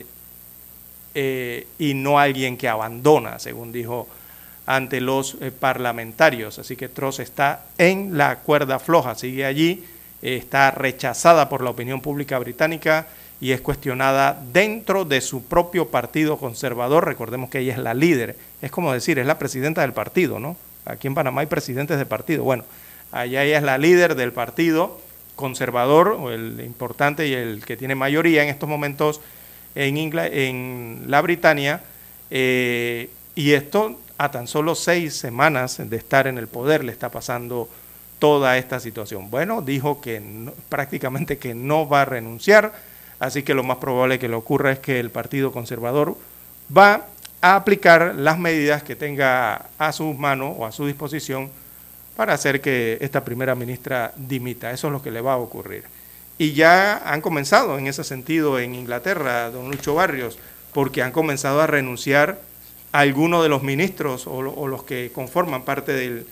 no alguien que abandona, según dijo ante los parlamentarios. Así que Truss está en la cuerda floja, sigue allí, está rechazada por la opinión pública británica y es cuestionada dentro de su propio partido conservador. Recordemos que ella es la líder, es como decir, es la presidenta del partido, ¿no? Aquí en Panamá hay presidentes de partido. Bueno, allá ella es la líder del partido conservador, o el importante y el que tiene mayoría en estos momentos en la Britania, y esto a tan solo 6 semanas de estar en el poder le está pasando toda esta situación. Bueno, dijo que prácticamente que no va a renunciar. Así que lo más probable que le ocurra es que el Partido Conservador va a aplicar las medidas que tenga a sus manos o a su disposición para hacer que esta primera ministra dimita. Eso es lo que le va a ocurrir. Y ya han comenzado en ese sentido en Inglaterra, don Lucho Barrios, porque han comenzado a renunciar a algunos de los ministros o los que conforman parte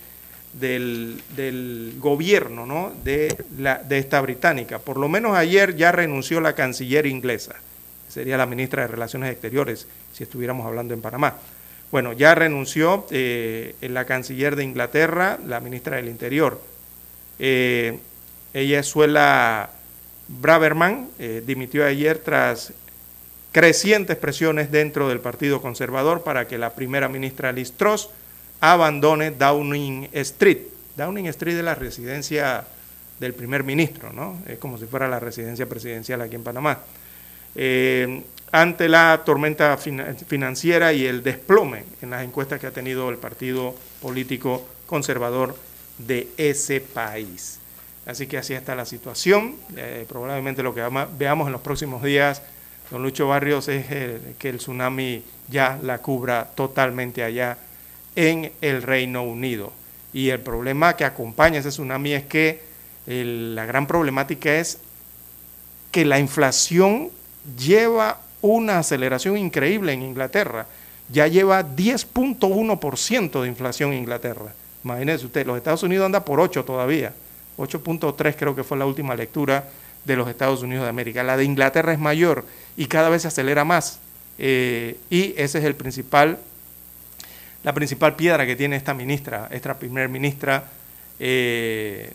del gobierno, ¿no? de esta británica. Por lo menos ayer ya renunció la canciller inglesa, sería la ministra de Relaciones Exteriores, si estuviéramos hablando en Panamá. Bueno, ya renunció la canciller de Inglaterra, la ministra del Interior. Ella es Suella Braverman, dimitió ayer tras crecientes presiones dentro del Partido Conservador para que la primera ministra Liz Truss abandone Downing Street. Downing Street es la residencia del primer ministro, ¿no? Es como si fuera la residencia presidencial aquí en Panamá. ante la tormenta financiera y el desplome en las encuestas que ha tenido el partido político conservador de ese país. Así que así está la situación. Probablemente lo que veamos en los próximos días, don Lucho Barrios, es que el tsunami ya la cubra totalmente allá en el Reino Unido. Y el problema que acompaña ese tsunami es que la gran problemática es que la inflación lleva una aceleración increíble en Inglaterra. Ya lleva 10.1% de inflación en Inglaterra. Imagínense usted, los Estados Unidos anda por 8 todavía. 8.3 creo que fue la última lectura de los Estados Unidos de América. La de Inglaterra es mayor y cada vez se acelera más. Y ese es la principal piedra que tiene esta primer ministra, que,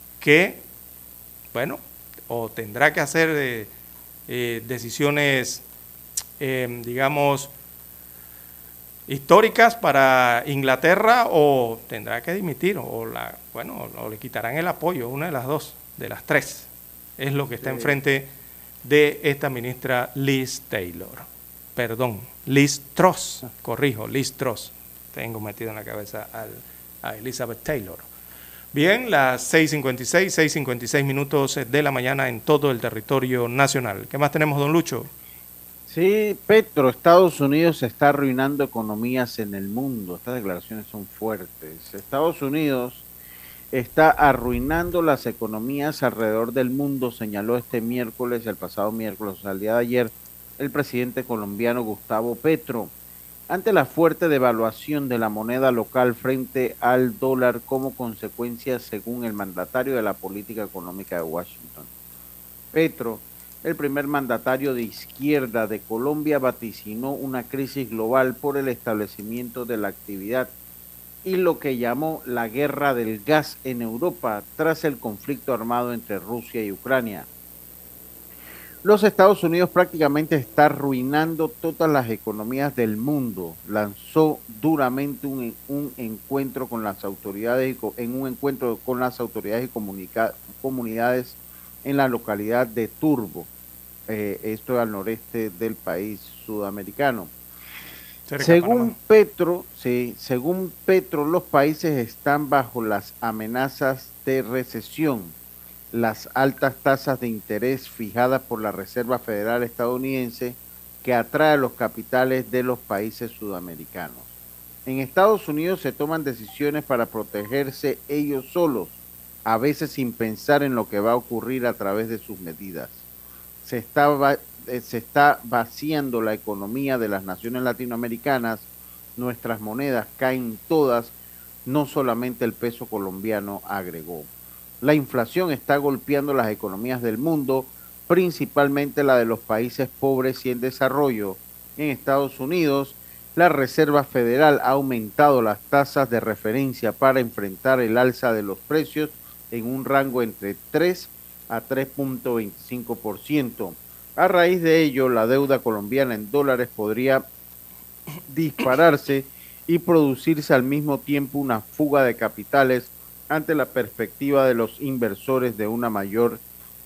bueno, o tendrá que hacer decisiones, digamos, históricas para Inglaterra, o tendrá que dimitir, o le quitarán el apoyo, una de las dos, de las tres. Es lo que está enfrente de esta ministra Liz Truss, Liz Truss. Tengo metido en la cabeza a Elizabeth Taylor. Bien, las 6:56 minutos de la mañana en todo el territorio nacional. ¿Qué más tenemos, don Lucho? Sí, Estados Unidos está arruinando economías en el mundo. Estas declaraciones son fuertes. Estados Unidos está arruinando las economías alrededor del mundo, señaló el pasado miércoles, o sea, el día de ayer, el presidente colombiano Gustavo Petro, ante la fuerte devaluación de la moneda local frente al dólar como consecuencia, según el mandatario, de la política económica de Washington. Petro, el primer mandatario de izquierda de Colombia, vaticinó una crisis global por el establecimiento de la actividad y lo que llamó la guerra del gas en Europa tras el conflicto armado entre Rusia y Ucrania. Los Estados Unidos prácticamente está arruinando todas las economías del mundo. Lanzó duramente un encuentro con las autoridades y comunidades en la localidad de Turbo, esto al noreste del país sudamericano. Según Petro, los países están bajo las amenazas de recesión. Las altas tasas de interés fijadas por la Reserva Federal estadounidense, que atrae a los capitales de los países sudamericanos. En Estados Unidos se toman decisiones para protegerse ellos solos, a veces sin pensar en lo que va a ocurrir a través de sus medidas. Se está vaciando la economía de las naciones latinoamericanas. Nuestras monedas caen todas, no solamente el peso colombiano, agregó. La inflación está golpeando las economías del mundo, principalmente la de los países pobres y en desarrollo. En Estados Unidos, la Reserva Federal ha aumentado las tasas de referencia para enfrentar el alza de los precios en un rango entre 3 a 3.25%. A raíz de ello, la deuda colombiana en dólares podría dispararse y producirse al mismo tiempo una fuga de capitales ante la perspectiva de los inversores de una mayor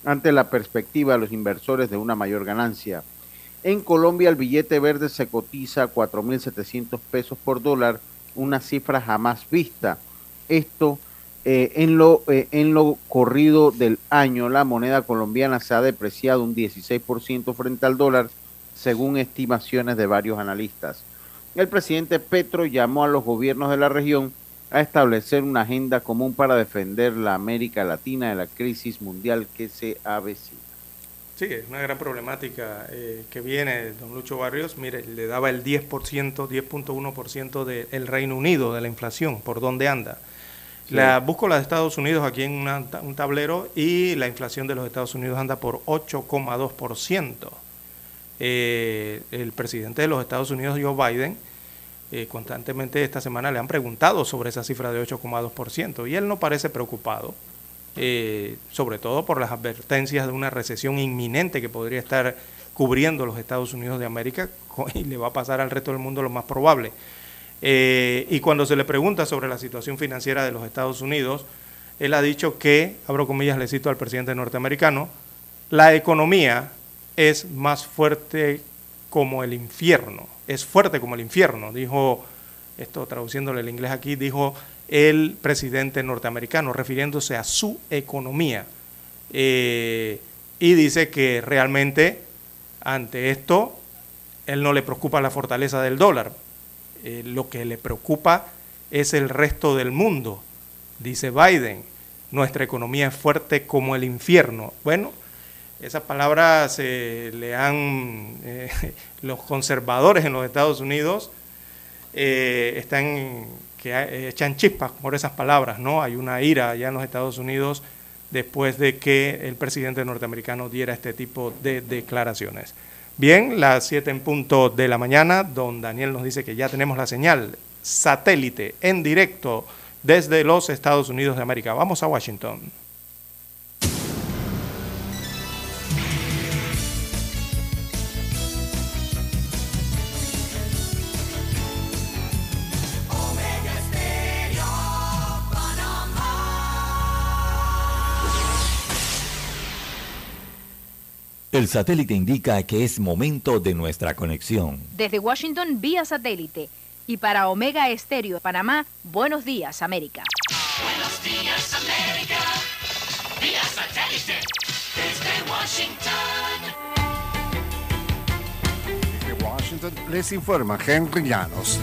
ganancia. En Colombia, el billete verde se cotiza a 4.700 pesos por dólar, una cifra jamás vista. Esto en lo corrido del año, la moneda colombiana se ha depreciado un 16% frente al dólar, según estimaciones de varios analistas. El presidente Petro llamó a los gobiernos de la región a establecer una agenda común para defender la América Latina de la crisis mundial que se avecina. Sí, es una gran problemática que viene, don Lucho Barrios. Mire, le daba el 10.1% del Reino Unido de la inflación, ¿por dónde anda? Sí. Busco la de Estados Unidos aquí en un tablero y la inflación de los Estados Unidos anda por 8.2%. El presidente de los Estados Unidos, Joe Biden, constantemente esta semana le han preguntado sobre esa cifra de 8.2% y él no parece preocupado, sobre todo por las advertencias de una recesión inminente que podría estar cubriendo los Estados Unidos de América y le va a pasar al resto del mundo lo más probable. Y cuando se le pregunta sobre la situación financiera de los Estados Unidos, él ha dicho que, abro comillas, le cito al presidente norteamericano, la economía es más fuerte como el infierno, es fuerte como el infierno, dijo, esto traduciéndole el inglés aquí, dijo el presidente norteamericano, refiriéndose a su economía. Y dice que realmente ante esto, él no le preocupa la fortaleza del dólar, lo que le preocupa es el resto del mundo. Dice Biden, nuestra economía es fuerte como el infierno. Bueno, esas palabras le han, los conservadores en los Estados Unidos están que echan chispas por esas palabras, ¿no? Hay una ira allá en los Estados Unidos después de que el presidente norteamericano diera este tipo de declaraciones. Bien, las 7 en punto de la mañana, don Daniel nos dice que ya tenemos la señal satélite en directo desde los Estados Unidos de América. Vamos a Washington. El satélite indica que es momento de nuestra conexión. Desde Washington, vía satélite. Y para Omega Estéreo de Panamá, buenos días, América. Buenos días, América. Vía satélite. Desde Washington. Desde Washington les informa Henry Llanos.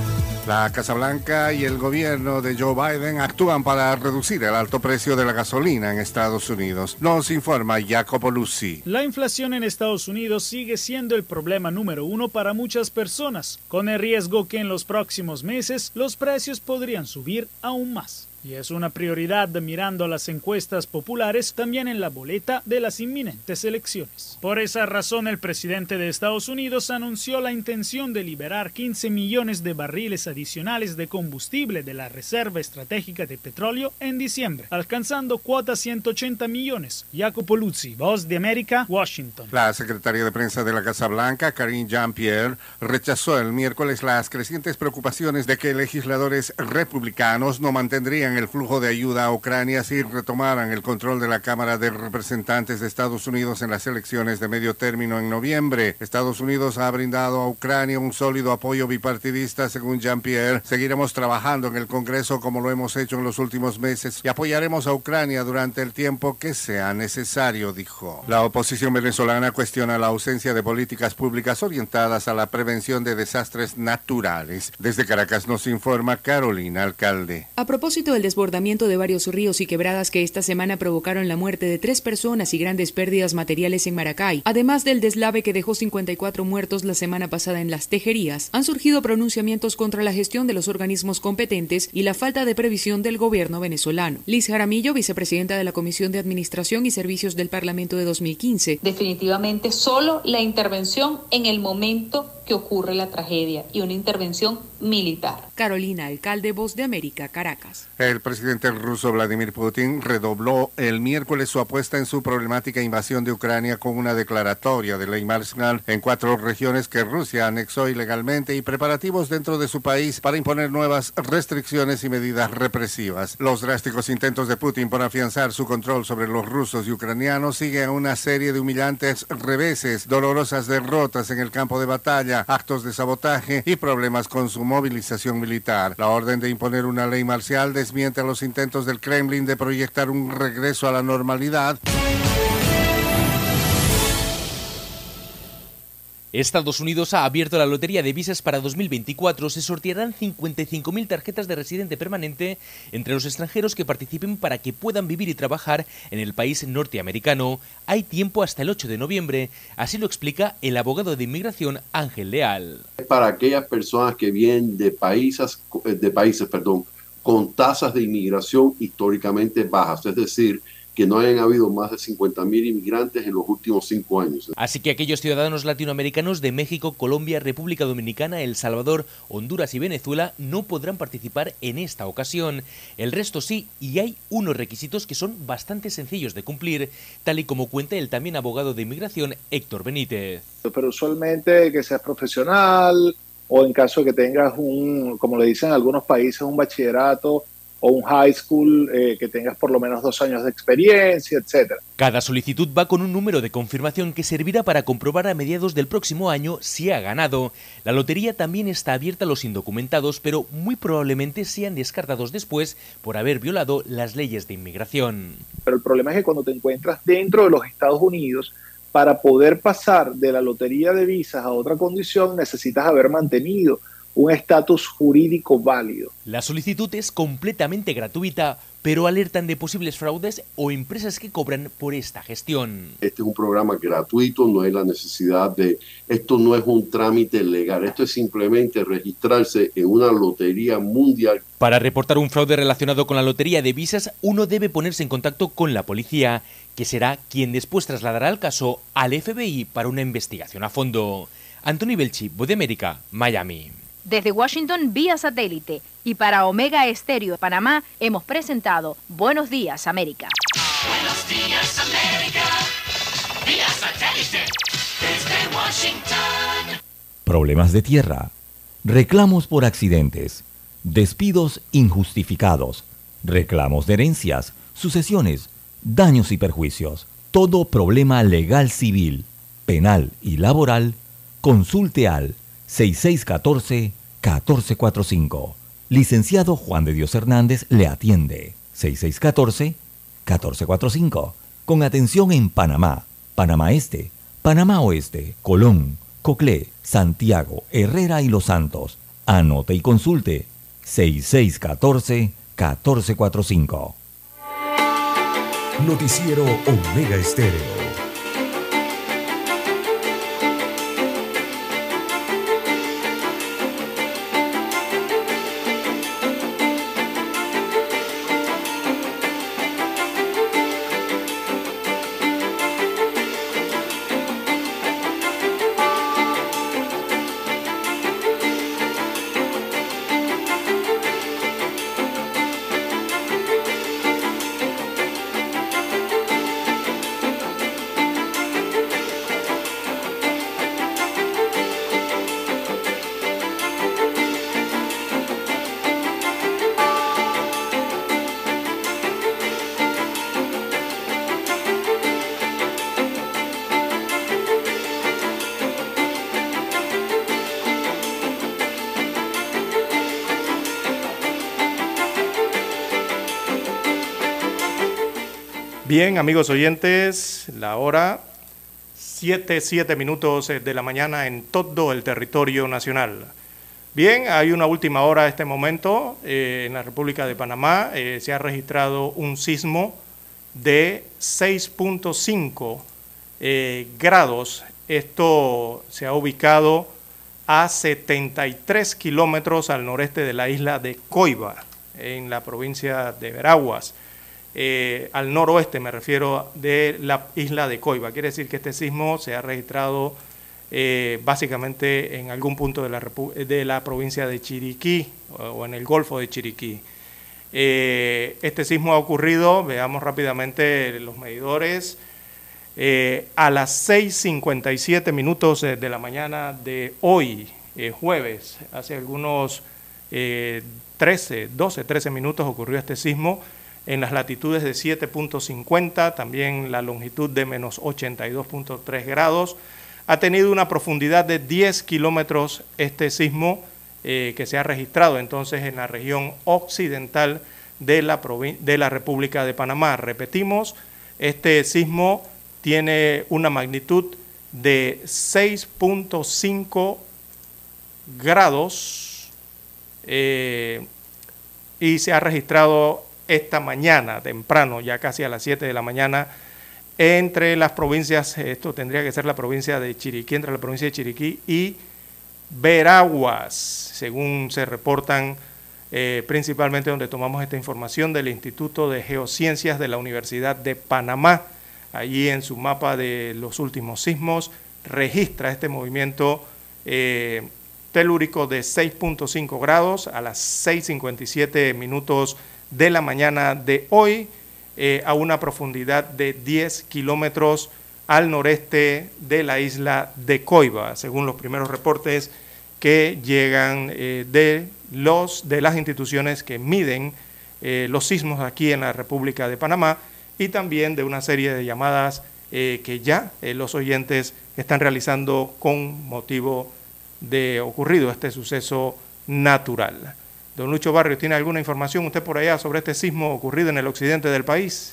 La Casa Blanca y el gobierno de Joe Biden actúan para reducir el alto precio de la gasolina en Estados Unidos. Nos informa Jacopo Luzzi. La inflación en Estados Unidos sigue siendo el problema número uno para muchas personas, con el riesgo que en los próximos meses los precios podrían subir aún más. Y es una prioridad mirando a las encuestas populares también en la boleta de las inminentes elecciones. Por esa razón, el presidente de Estados Unidos anunció la intención de liberar 15 millones de barriles adicionales de combustible de la Reserva Estratégica de Petróleo en diciembre, alcanzando cuota 180 millones. Jacopo Luzzi, Voz de América, Washington. La secretaria de prensa de la Casa Blanca, Karine Jean-Pierre, rechazó el miércoles las crecientes preocupaciones de que legisladores republicanos no mantendrían el flujo de ayuda a Ucrania si retomaran el control de la Cámara de Representantes de Estados Unidos en las elecciones de medio término en noviembre. Estados Unidos ha brindado a Ucrania un sólido apoyo bipartidista, según Jean-Pierre. Seguiremos trabajando en el Congreso como lo hemos hecho en los últimos meses y apoyaremos a Ucrania durante el tiempo que sea necesario, dijo. La oposición venezolana cuestiona la ausencia de políticas públicas orientadas a la prevención de desastres naturales. Desde Caracas nos informa Carolina Alcalde. A propósito del desbordamiento de varios ríos y quebradas que esta semana provocaron la muerte de 3 personas y grandes pérdidas materiales en Maracay, además del deslave que dejó 54 muertos la semana pasada en Las Tejerías, han surgido pronunciamientos contra la gestión de los organismos competentes y la falta de previsión del gobierno venezolano. Liz Jaramillo, vicepresidenta de la Comisión de Administración y Servicios del Parlamento de 2015. Definitivamente solo la intervención en el momento que ocurre la tragedia y una intervención militar. Carolina Alcalde, Voz de América, Caracas. El presidente ruso Vladimir Putin redobló el miércoles su apuesta en su problemática invasión de Ucrania con una declaratoria de ley marcial en 4 regiones que Rusia anexó ilegalmente y preparativos dentro de su país para imponer nuevas restricciones y medidas represivas. Los drásticos intentos de Putin por afianzar su control sobre los rusos y ucranianos siguen una serie de humillantes reveses, dolorosas derrotas en el campo de batalla, actos de sabotaje y problemas con su movilización militar. La orden de imponer una ley marcial desmiente a los intentos del Kremlin de proyectar un regreso a la normalidad. Estados Unidos ha abierto la lotería de visas para 2024. Se sortearán 55.000 tarjetas de residente permanente entre los extranjeros que participen para que puedan vivir y trabajar en el país norteamericano. Hay tiempo hasta el 8 de noviembre. Así lo explica el abogado de inmigración Ángel Leal. Para aquellas personas que vienen de países, con tasas de inmigración históricamente bajas, es decir, que no hayan habido más de 50.000 inmigrantes en los últimos 5 años. Así que aquellos ciudadanos latinoamericanos de México, Colombia, República Dominicana, El Salvador, Honduras y Venezuela no podrán participar en esta ocasión. El resto sí, y hay unos requisitos que son bastante sencillos de cumplir, tal y como cuenta el también abogado de inmigración Héctor Benítez. Pero usualmente que seas profesional o en caso que tengas como le dicen en algunos países, un bachillerato o un high school, que tengas por lo menos 2 años de experiencia, etcétera. Cada solicitud va con un número de confirmación que servirá para comprobar a mediados del próximo año si ha ganado. La lotería también está abierta a los indocumentados, pero muy probablemente sean descartados después por haber violado las leyes de inmigración. Pero el problema es que cuando te encuentras dentro de los Estados Unidos, para poder pasar de la lotería de visas a otra condición, necesitas haber mantenido un estatus jurídico válido. La solicitud es completamente gratuita, pero alertan de posibles fraudes o empresas que cobran por esta gestión. Este es un programa gratuito, no hay la necesidad de... Esto no es un trámite legal, esto es simplemente registrarse en una lotería mundial. Para reportar un fraude relacionado con la lotería de visas, uno debe ponerse en contacto con la policía, que será quien después trasladará el caso al FBI para una investigación a fondo. Anthony Belchi, Voz de América, Miami. Desde Washington vía satélite y para Omega Estéreo de Panamá hemos presentado Buenos Días América. Buenos Días América, vía satélite desde Washington. Problemas de tierra, reclamos por accidentes, despidos injustificados, reclamos de herencias, sucesiones, daños y perjuicios. Todo problema legal civil, penal y laboral, consulte al 6614-1445. Licenciado Juan de Dios Hernández le atiende. 6614-1445. Con atención en Panamá, Panamá Este, Panamá Oeste, Colón, Coclé, Santiago, Herrera y Los Santos. Anote y consulte. 6614-1445. Noticiero Omega Estéreo. Bien, amigos oyentes, la hora 7 minutos de la mañana en todo el territorio nacional. Bien, hay una última hora a este momento. En la República de Panamá se ha registrado un sismo de 6.5 grados. Esto se ha ubicado a 73 kilómetros al noreste de la isla de Coiba, en la provincia de Veraguas. Al noroeste, me refiero, de la isla de Coiba. Quiere decir que este sismo se ha registrado básicamente en algún punto de la provincia de Chiriquí o en el Golfo de Chiriquí. Este sismo ha ocurrido, veamos rápidamente los medidores, a las 6:57 minutos de la mañana de hoy, jueves. Hace algunos 13 minutos ocurrió este sismo en las latitudes de 7.50, también la longitud de menos 82.3 grados. Ha tenido una profundidad de 10 kilómetros este sismo que se ha registrado entonces en la región occidental de la República de Panamá. Repetimos, este sismo tiene una magnitud de 6.5 grados y se ha registrado esta mañana, temprano, ya casi a las 7 de la mañana, entre las provincias, esto tendría que ser la provincia de Chiriquí, entre la provincia de Chiriquí y Veraguas, según se reportan principalmente donde tomamos esta información del Instituto de Geociencias de la Universidad de Panamá. Allí en su mapa de los últimos sismos registra este movimiento telúrico de 6.5 grados a las 6:57 minutos de la mañana de hoy, a una profundidad de 10 kilómetros al noreste de la isla de Coiba, según los primeros reportes que llegan de las instituciones que miden los sismos aquí en la República de Panamá y también de una serie de llamadas que ya los oyentes están realizando con motivo de ocurrido este suceso natural. Don Lucho Barrios, ¿tiene alguna información usted por allá sobre este sismo ocurrido en el occidente del país?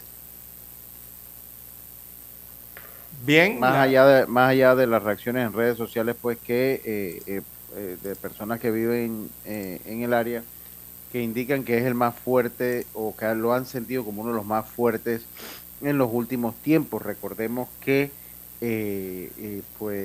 Bien. Más allá de las reacciones en redes sociales, pues que de personas que viven en el área, que indican que es el más fuerte o que lo han sentido como uno de los más fuertes en los últimos tiempos. Recordemos que es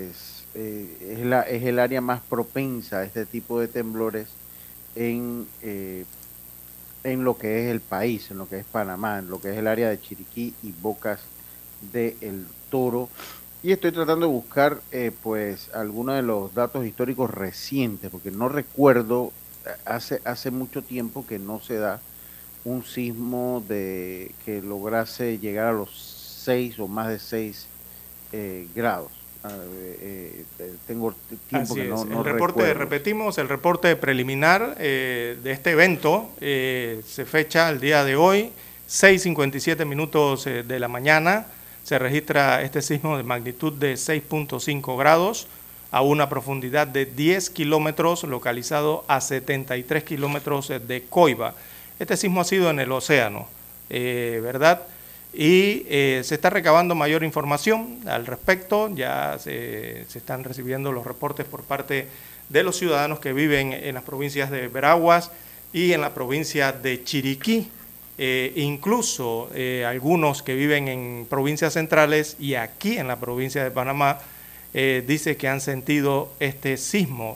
el área más propensa a este tipo de temblores en lo que es el país, en lo que es Panamá, en lo que es el área de Chiriquí y Bocas del Toro. Y estoy tratando de buscar pues algunos de los datos históricos recientes, porque no recuerdo, hace mucho tiempo que no se da un sismo que lograse llegar a los 6 o más de 6 grados. Tengo tiempo que no el reporte, recuerdo. repetimos, el reporte preliminar de este evento se fecha el día de hoy, 6:57 minutos de la mañana. Se registra este sismo de magnitud de 6.5 grados a una profundidad de 10 kilómetros, localizado a 73 kilómetros de Coiba. Este sismo ha sido en el océano, ¿verdad? Y se está recabando mayor información al respecto. Ya se están recibiendo los reportes por parte de los ciudadanos que viven en las provincias de Veraguas y en la provincia de Chiriquí. Incluso algunos que viven en provincias centrales y aquí en la provincia de Panamá dice que han sentido este sismo.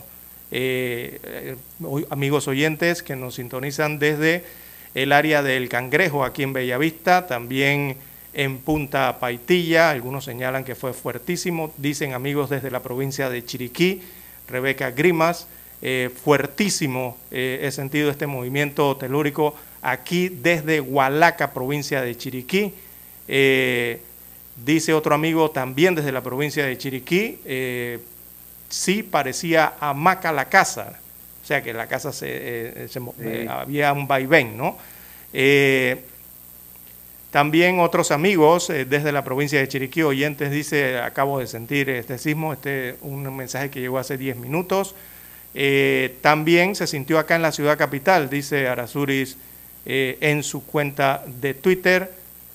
Amigos oyentes que nos sintonizan desde el área del Cangrejo aquí en Bellavista, también en Punta Paitilla, algunos señalan que fue fuertísimo, dicen amigos desde la provincia de Chiriquí, Rebeca Grimas, fuertísimo he sentido este movimiento telúrico aquí desde Hualaca, provincia de Chiriquí. Dice otro amigo también desde la provincia de Chiriquí, sí parecía hamaca la casa, o sea que la casa había un vaivén, ¿no? También otros amigos desde la provincia de Chiriquí, oyentes, dice, acabo de sentir este sismo, un mensaje que llegó hace 10 minutos. También se sintió acá en la ciudad capital, dice Arazuris en su cuenta de Twitter.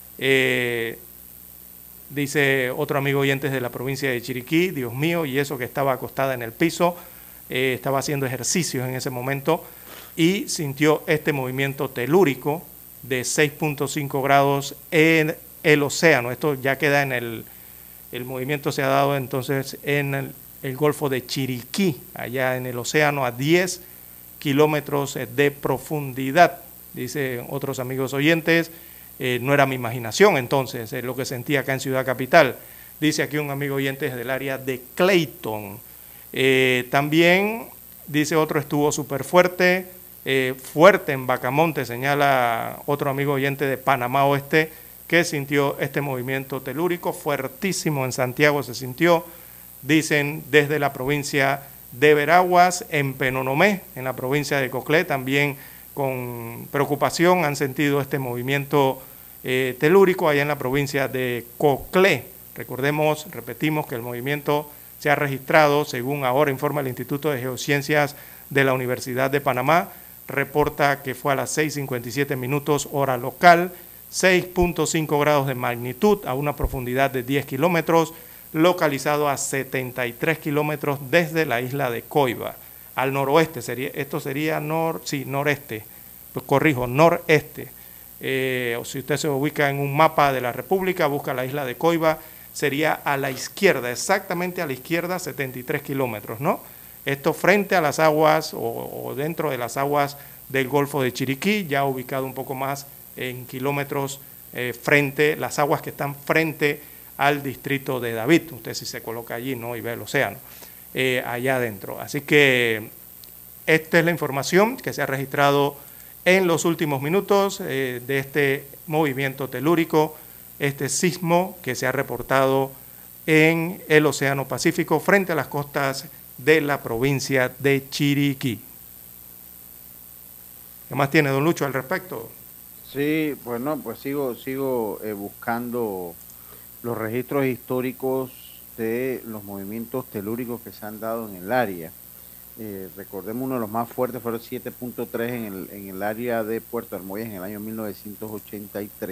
Dice otro amigo oyente de la provincia de Chiriquí, Dios mío, y eso que estaba acostada en el piso, estaba haciendo ejercicios en ese momento y sintió este movimiento telúrico de 6.5 grados en el océano. Esto ya queda en el movimiento se ha dado entonces en el Golfo de Chiriquí, allá en el océano a 10 kilómetros de profundidad, dice otros amigos oyentes. No era mi imaginación entonces, lo que sentía acá en Ciudad Capital. Dice aquí un amigo oyente desde el área de Clayton. También, dice otro, estuvo súper fuerte, fuerte en Bacamonte, señala otro amigo oyente de Panamá Oeste, que sintió este movimiento telúrico, fuertísimo en Santiago se sintió, dicen desde la provincia de Veraguas, en Penonomé, en la provincia de Coclé, también con preocupación han sentido este movimiento telúrico allá en la provincia de Coclé. Repetimos que el movimiento se ha registrado, según ahora informa el Instituto de Geociencias de la Universidad de Panamá, reporta que fue a las 6:57 minutos hora local, 6.5 grados de magnitud a una profundidad de 10 kilómetros, localizado a 73 kilómetros desde la isla de Coiba. Al noroeste, noreste, pues corrijo, noreste. O si usted se ubica en un mapa de la República, busca la isla de Coiba, sería a la izquierda, exactamente a la izquierda, 73 kilómetros, ¿no? Esto frente a las aguas o dentro de las aguas del Golfo de Chiriquí, ya ubicado un poco más en kilómetros frente, las aguas que están frente al distrito de David. Usted si se coloca allí, ¿no? Y ve el océano. Allá adentro. Así que esta es la información que se ha registrado en los últimos minutos de este movimiento telúrico, este sismo que se ha reportado en el Océano Pacífico frente a las costas de la provincia de Chiriquí. ¿Qué más tiene don Lucho al respecto? Sí, bueno, pues sigo buscando los registros históricos de los movimientos telúricos que se han dado en el área. Recordemos, uno de los más fuertes fue el 7.3 en el área de Puerto Armuelles en el año 1983.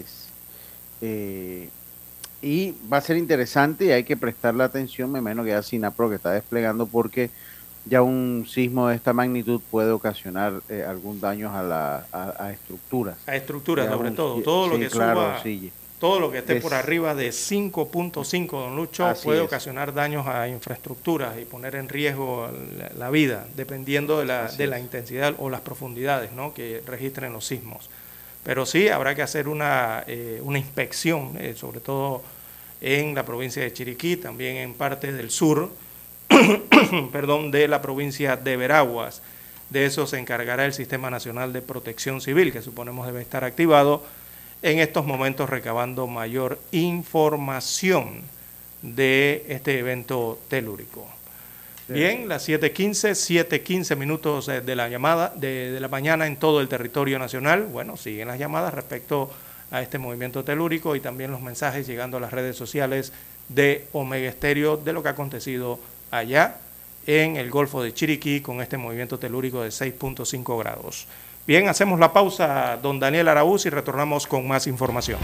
Y va a ser interesante y hay que prestarle atención, me imagino que ya SINAPRO que está desplegando, porque ya un sismo de esta magnitud puede ocasionar algún daño a estructuras. A estructuras, Ya sobre un- todo. Todo lo sí, que claro, suba, sí. todo lo que esté por Es- arriba de 5.5, don Lucho, Así puede es. ocasionar daños a infraestructuras y poner en riesgo la vida, dependiendo Así de la es. intensidad o las profundidades, ¿no?, que registren los sismos. Pero sí habrá que hacer una inspección, sobre todo en la provincia de Chiriquí, también en partes del sur, perdón, de la provincia de Veraguas. De eso se encargará el Sistema Nacional de Protección Civil, que suponemos debe estar activado en estos momentos, recabando mayor información de este evento telúrico. Bien, las 7:15 minutos de la llamada de la mañana en todo el territorio nacional. Bueno, siguen las llamadas respecto a este movimiento telúrico y también los mensajes llegando a las redes sociales de Omega Estéreo de lo que ha acontecido allá en el Golfo de Chiriquí con este movimiento telúrico de 6.5 grados. Bien, hacemos la pausa, don Daniel Araúz, y retornamos con más información.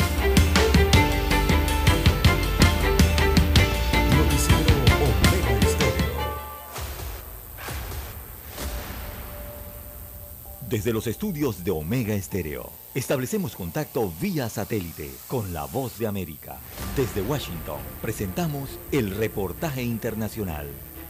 Noticiero Omega Estéreo. Desde los estudios de Omega Estéreo, establecemos contacto vía satélite con la Voz de América. Desde Washington, presentamos el reportaje internacional.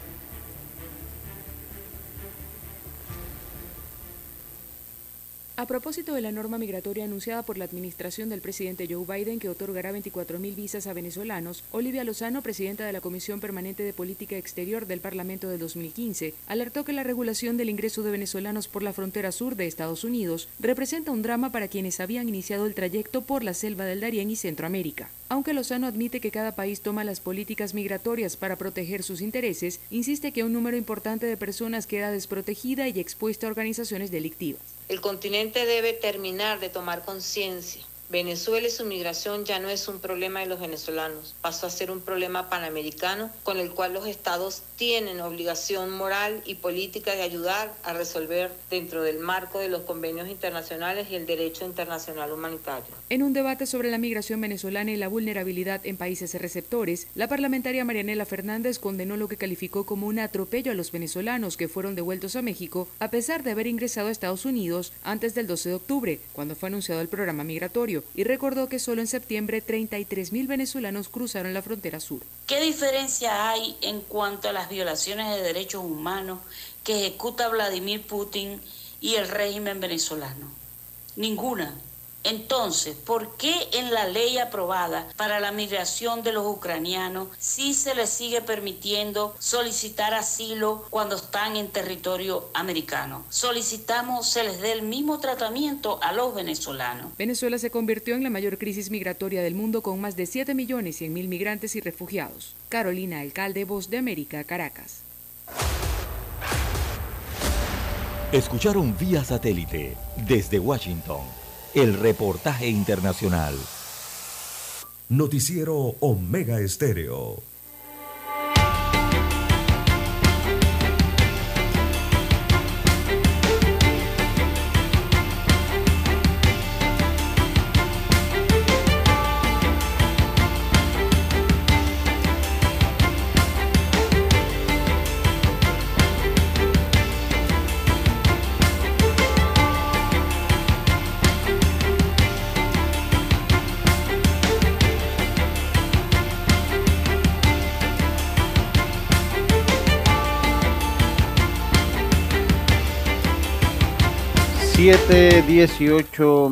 A propósito de la norma migratoria anunciada por la administración del presidente Joe Biden que otorgará 24.000 visas a venezolanos, Olivia Lozano, presidenta de la Comisión Permanente de Política Exterior del Parlamento del 2015, alertó que la regulación del ingreso de venezolanos por la frontera sur de Estados Unidos representa un drama para quienes habían iniciado el trayecto por la selva del Darién y Centroamérica. Aunque Lozano admite que cada país toma las políticas migratorias para proteger sus intereses, insiste que un número importante de personas queda desprotegida y expuesta a organizaciones delictivas. El continente debe terminar de tomar conciencia. Venezuela y su migración ya no es un problema de los venezolanos, pasó a ser un problema panamericano con el cual los estados tienen obligación moral y política de ayudar a resolver dentro del marco de los convenios internacionales y el derecho internacional humanitario. En un debate sobre la migración venezolana y la vulnerabilidad en países receptores, la parlamentaria Marianela Fernández condenó lo que calificó como un atropello a los venezolanos que fueron devueltos a México a pesar de haber ingresado a Estados Unidos antes del 12 de octubre, cuando fue anunciado el programa migratorio, y recordó que solo en septiembre 33.000 venezolanos cruzaron la frontera sur. ¿Qué diferencia hay en cuanto a las violaciones de derechos humanos que ejecuta Vladimir Putin y el régimen venezolano? Ninguna. Entonces, ¿por qué en la ley aprobada para la migración de los ucranianos sí se les sigue permitiendo solicitar asilo cuando están en territorio americano? Solicitamos se les dé el mismo tratamiento a los venezolanos. Venezuela se convirtió en la mayor crisis migratoria del mundo con más de 7.100.000 migrantes y refugiados. Carolina Alcalde, Voz de América, Caracas. Escucharon vía satélite desde Washington el reportaje internacional. Noticiero Omega Estéreo. Siete 18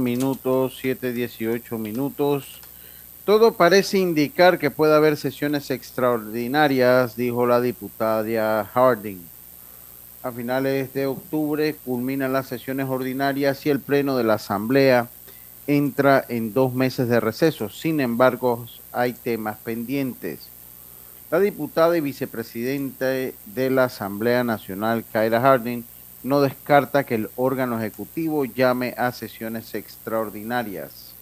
minutos. Todo parece indicar que puede haber sesiones extraordinarias, dijo la diputada Harding. A finales de octubre culminan las sesiones ordinarias y el pleno de la Asamblea entra en 2 meses de receso. Sin embargo, hay temas pendientes. La diputada y vicepresidenta de la Asamblea Nacional, Kayla Harding, no descarta que el órgano ejecutivo llame a sesiones extraordinarias.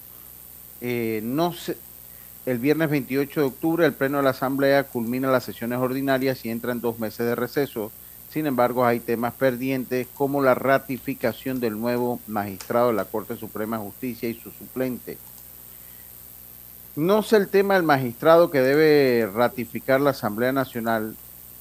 El viernes 28 de octubre el Pleno de la Asamblea culmina las sesiones ordinarias y entra en 2 meses de receso. Sin embargo, hay temas pendientes como la ratificación del nuevo magistrado de la Corte Suprema de Justicia y su suplente. No sé el tema del magistrado que debe ratificar la Asamblea Nacional.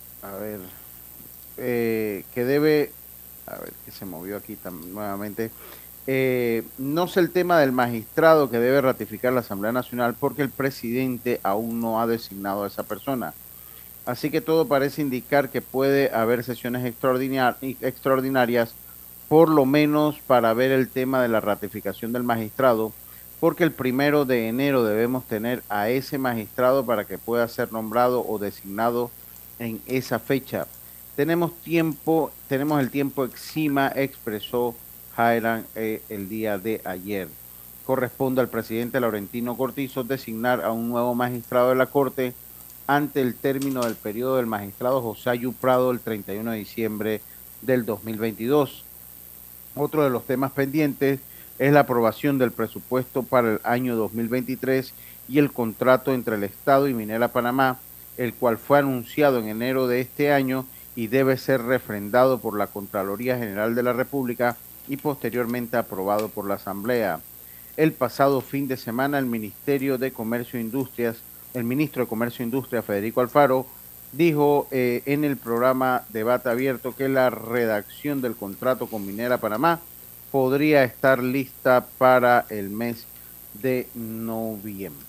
Que se movió aquí nuevamente. No sé el tema del magistrado que debe ratificar la Asamblea Nacional porque el presidente aún no ha designado a esa persona. Así que todo parece indicar que puede haber sesiones extraordinarias, por lo menos para ver el tema de la ratificación del magistrado, porque el 1 de enero debemos tener a ese magistrado para que pueda ser nombrado o designado en esa fecha. Tenemos el tiempo encima, expresó Jairan el día de ayer. Corresponde al presidente Laurentino Cortizo designar a un nuevo magistrado de la Corte ante el término del periodo del magistrado José Ayú Prado el 31 de diciembre del 2022. Otro de los temas pendientes es la aprobación del presupuesto para el año 2023 y el contrato entre el Estado y Minera Panamá, el cual fue anunciado en enero de este año y debe ser refrendado por la Contraloría General de la República y posteriormente aprobado por la Asamblea. El pasado fin de semana el ministro de Comercio e Industria, Federico Alfaro, dijo en el programa Debate Abierto que la redacción del contrato con Minera Panamá podría estar lista para el mes de noviembre.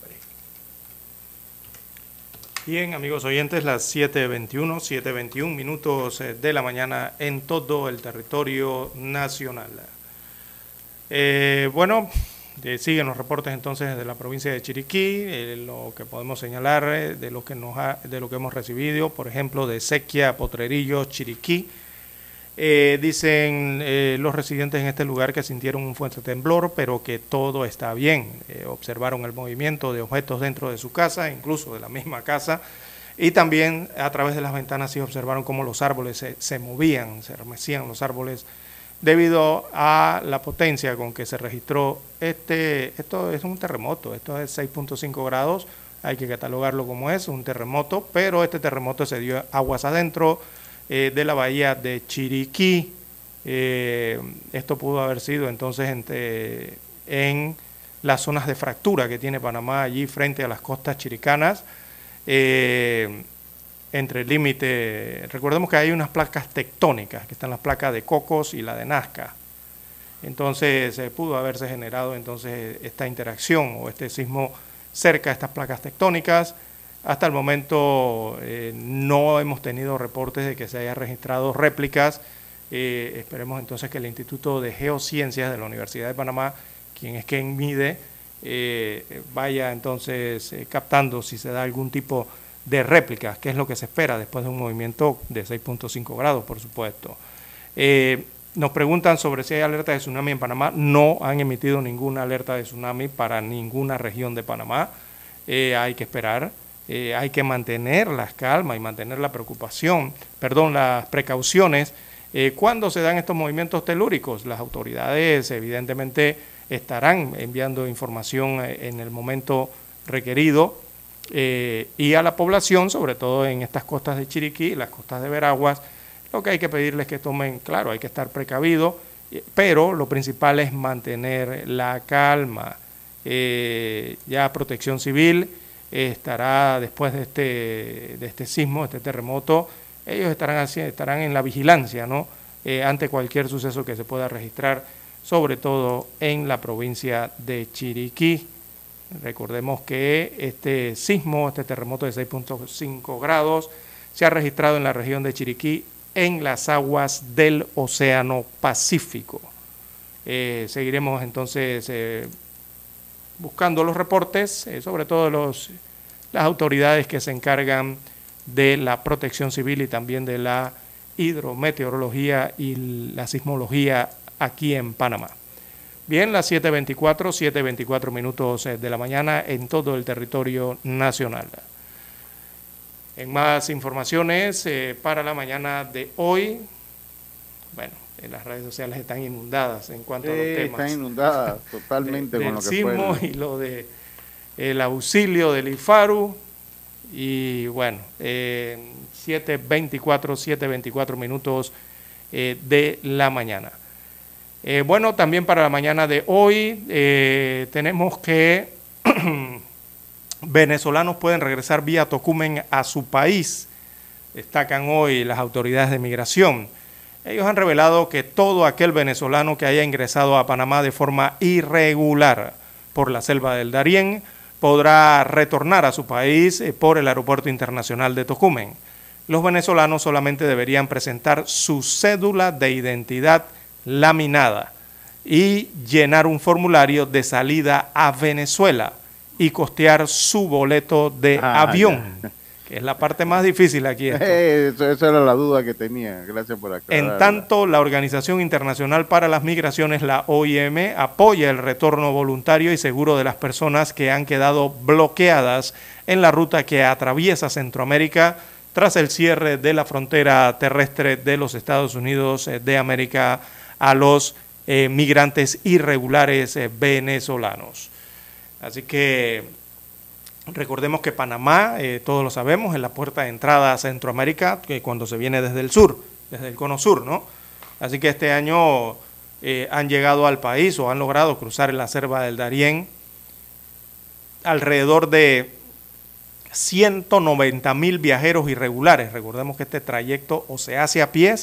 Bien, amigos oyentes, las 7:21 minutos de la mañana en todo el territorio nacional. Siguen los reportes entonces de la provincia de Chiriquí, lo que podemos señalar de lo que hemos recibido, por ejemplo, de Sequia, Potrerillos, Chiriquí. Dicen los residentes en este lugar que sintieron un fuerte temblor, pero que todo está bien. Observaron el movimiento de objetos dentro de su casa, incluso de la misma casa, y también a través de las ventanas sí observaron cómo los árboles se movían, se remecían los árboles debido a la potencia con que se registró esto es un terremoto, esto es 6.5 grados, hay que catalogarlo como es, un terremoto, pero este terremoto se dio aguas adentro de la bahía de Chiriquí. Esto pudo haber sido entonces en las zonas de fractura que tiene Panamá allí frente a las costas chiricanas, entre el límite, recordemos que hay unas placas tectónicas, que están las placas de Cocos y la de Nazca. Entonces pudo haberse generado entonces esta interacción o este sismo cerca de estas placas tectónicas. Hasta el momento no hemos tenido reportes de que se haya registrado réplicas. Esperemos entonces que el Instituto de Geociencias de la Universidad de Panamá, quien mide, vaya entonces captando si se da algún tipo de réplicas, que es lo que se espera después de un movimiento de 6.5 grados, por supuesto. Nos preguntan sobre si hay alerta de tsunami en Panamá. No han emitido ninguna alerta de tsunami para ninguna región de Panamá. Hay que esperar. Hay que mantener la calma y mantener las precauciones cuando se dan estos movimientos telúricos. Las autoridades evidentemente estarán enviando información en el momento requerido y a la población, sobre todo en estas costas de Chiriquí, las costas de Veraguas, lo que hay que pedirles que tomen, claro, hay que estar precavidos, pero lo principal es mantener la calma. Ya Protección Civil estará después de este sismo, este terremoto, ellos estarán en la vigilancia, ¿no? Ante cualquier suceso que se pueda registrar, sobre todo en la provincia de Chiriquí. Recordemos que este terremoto de 6.5 grados, se ha registrado en la región de Chiriquí, en las aguas del Océano Pacífico. Seguiremos entonces buscando los reportes, sobre todo las autoridades que se encargan de la protección civil y también de la hidrometeorología y la sismología aquí en Panamá. Bien, las 7:24 minutos de la mañana en todo el territorio nacional. En más informaciones para la mañana de hoy, las redes sociales están inundadas en cuanto a los temas. Están inundadas totalmente con lo que sismo y lo de el auxilio del IFARU. Y bueno, 7:24 minutos de la mañana. Bueno, también para la mañana de hoy tenemos que venezolanos pueden regresar vía Tocumen a su país, destacan hoy las autoridades de migración. Ellos han revelado que todo aquel venezolano que haya ingresado a Panamá de forma irregular por la selva del Darién podrá retornar a su país por el Aeropuerto Internacional de Tocumen. Los venezolanos solamente deberían presentar su cédula de identidad laminada y llenar un formulario de salida a Venezuela y costear su boleto de avión, que es la parte más difícil aquí. Esa era la duda que tenía, gracias por aclarar. En tanto, la Organización Internacional para las Migraciones, la OIM, apoya el retorno voluntario y seguro de las personas que han quedado bloqueadas en la ruta que atraviesa Centroamérica tras el cierre de la frontera terrestre de los Estados Unidos de América a los migrantes irregulares venezolanos. Así que recordemos que Panamá, todos lo sabemos, es la puerta de entrada a Centroamérica, que cuando se viene desde el sur, desde el cono sur, ¿no? Así que este año han llegado al país o han logrado cruzar la selva del Darién alrededor de 190,000 viajeros irregulares. Recordemos que este trayecto o se hace a pie,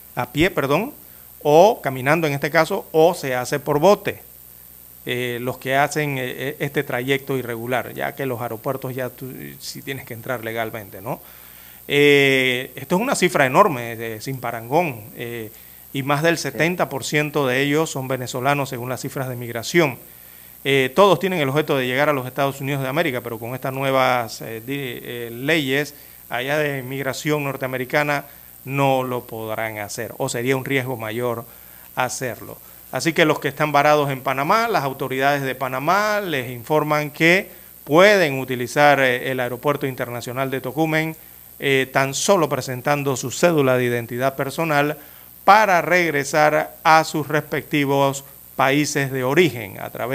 o caminando en este caso, o se hace por bote. Los que hacen este trayecto irregular, ya que los aeropuertos ya sí tienes que entrar legalmente, ¿no? Esto es una cifra enorme, sin parangón, y más del 70% de ellos son venezolanos según las cifras de migración. Todos tienen el objeto de llegar a los Estados Unidos de América, pero con estas nuevas leyes allá de migración norteamericana no lo podrán hacer, o sería un riesgo mayor hacerlo. Así que los que están varados en Panamá, las autoridades de Panamá les informan que pueden utilizar el Aeropuerto Internacional de Tocumen tan solo presentando su cédula de identidad personal para regresar a sus respectivos países de origen a través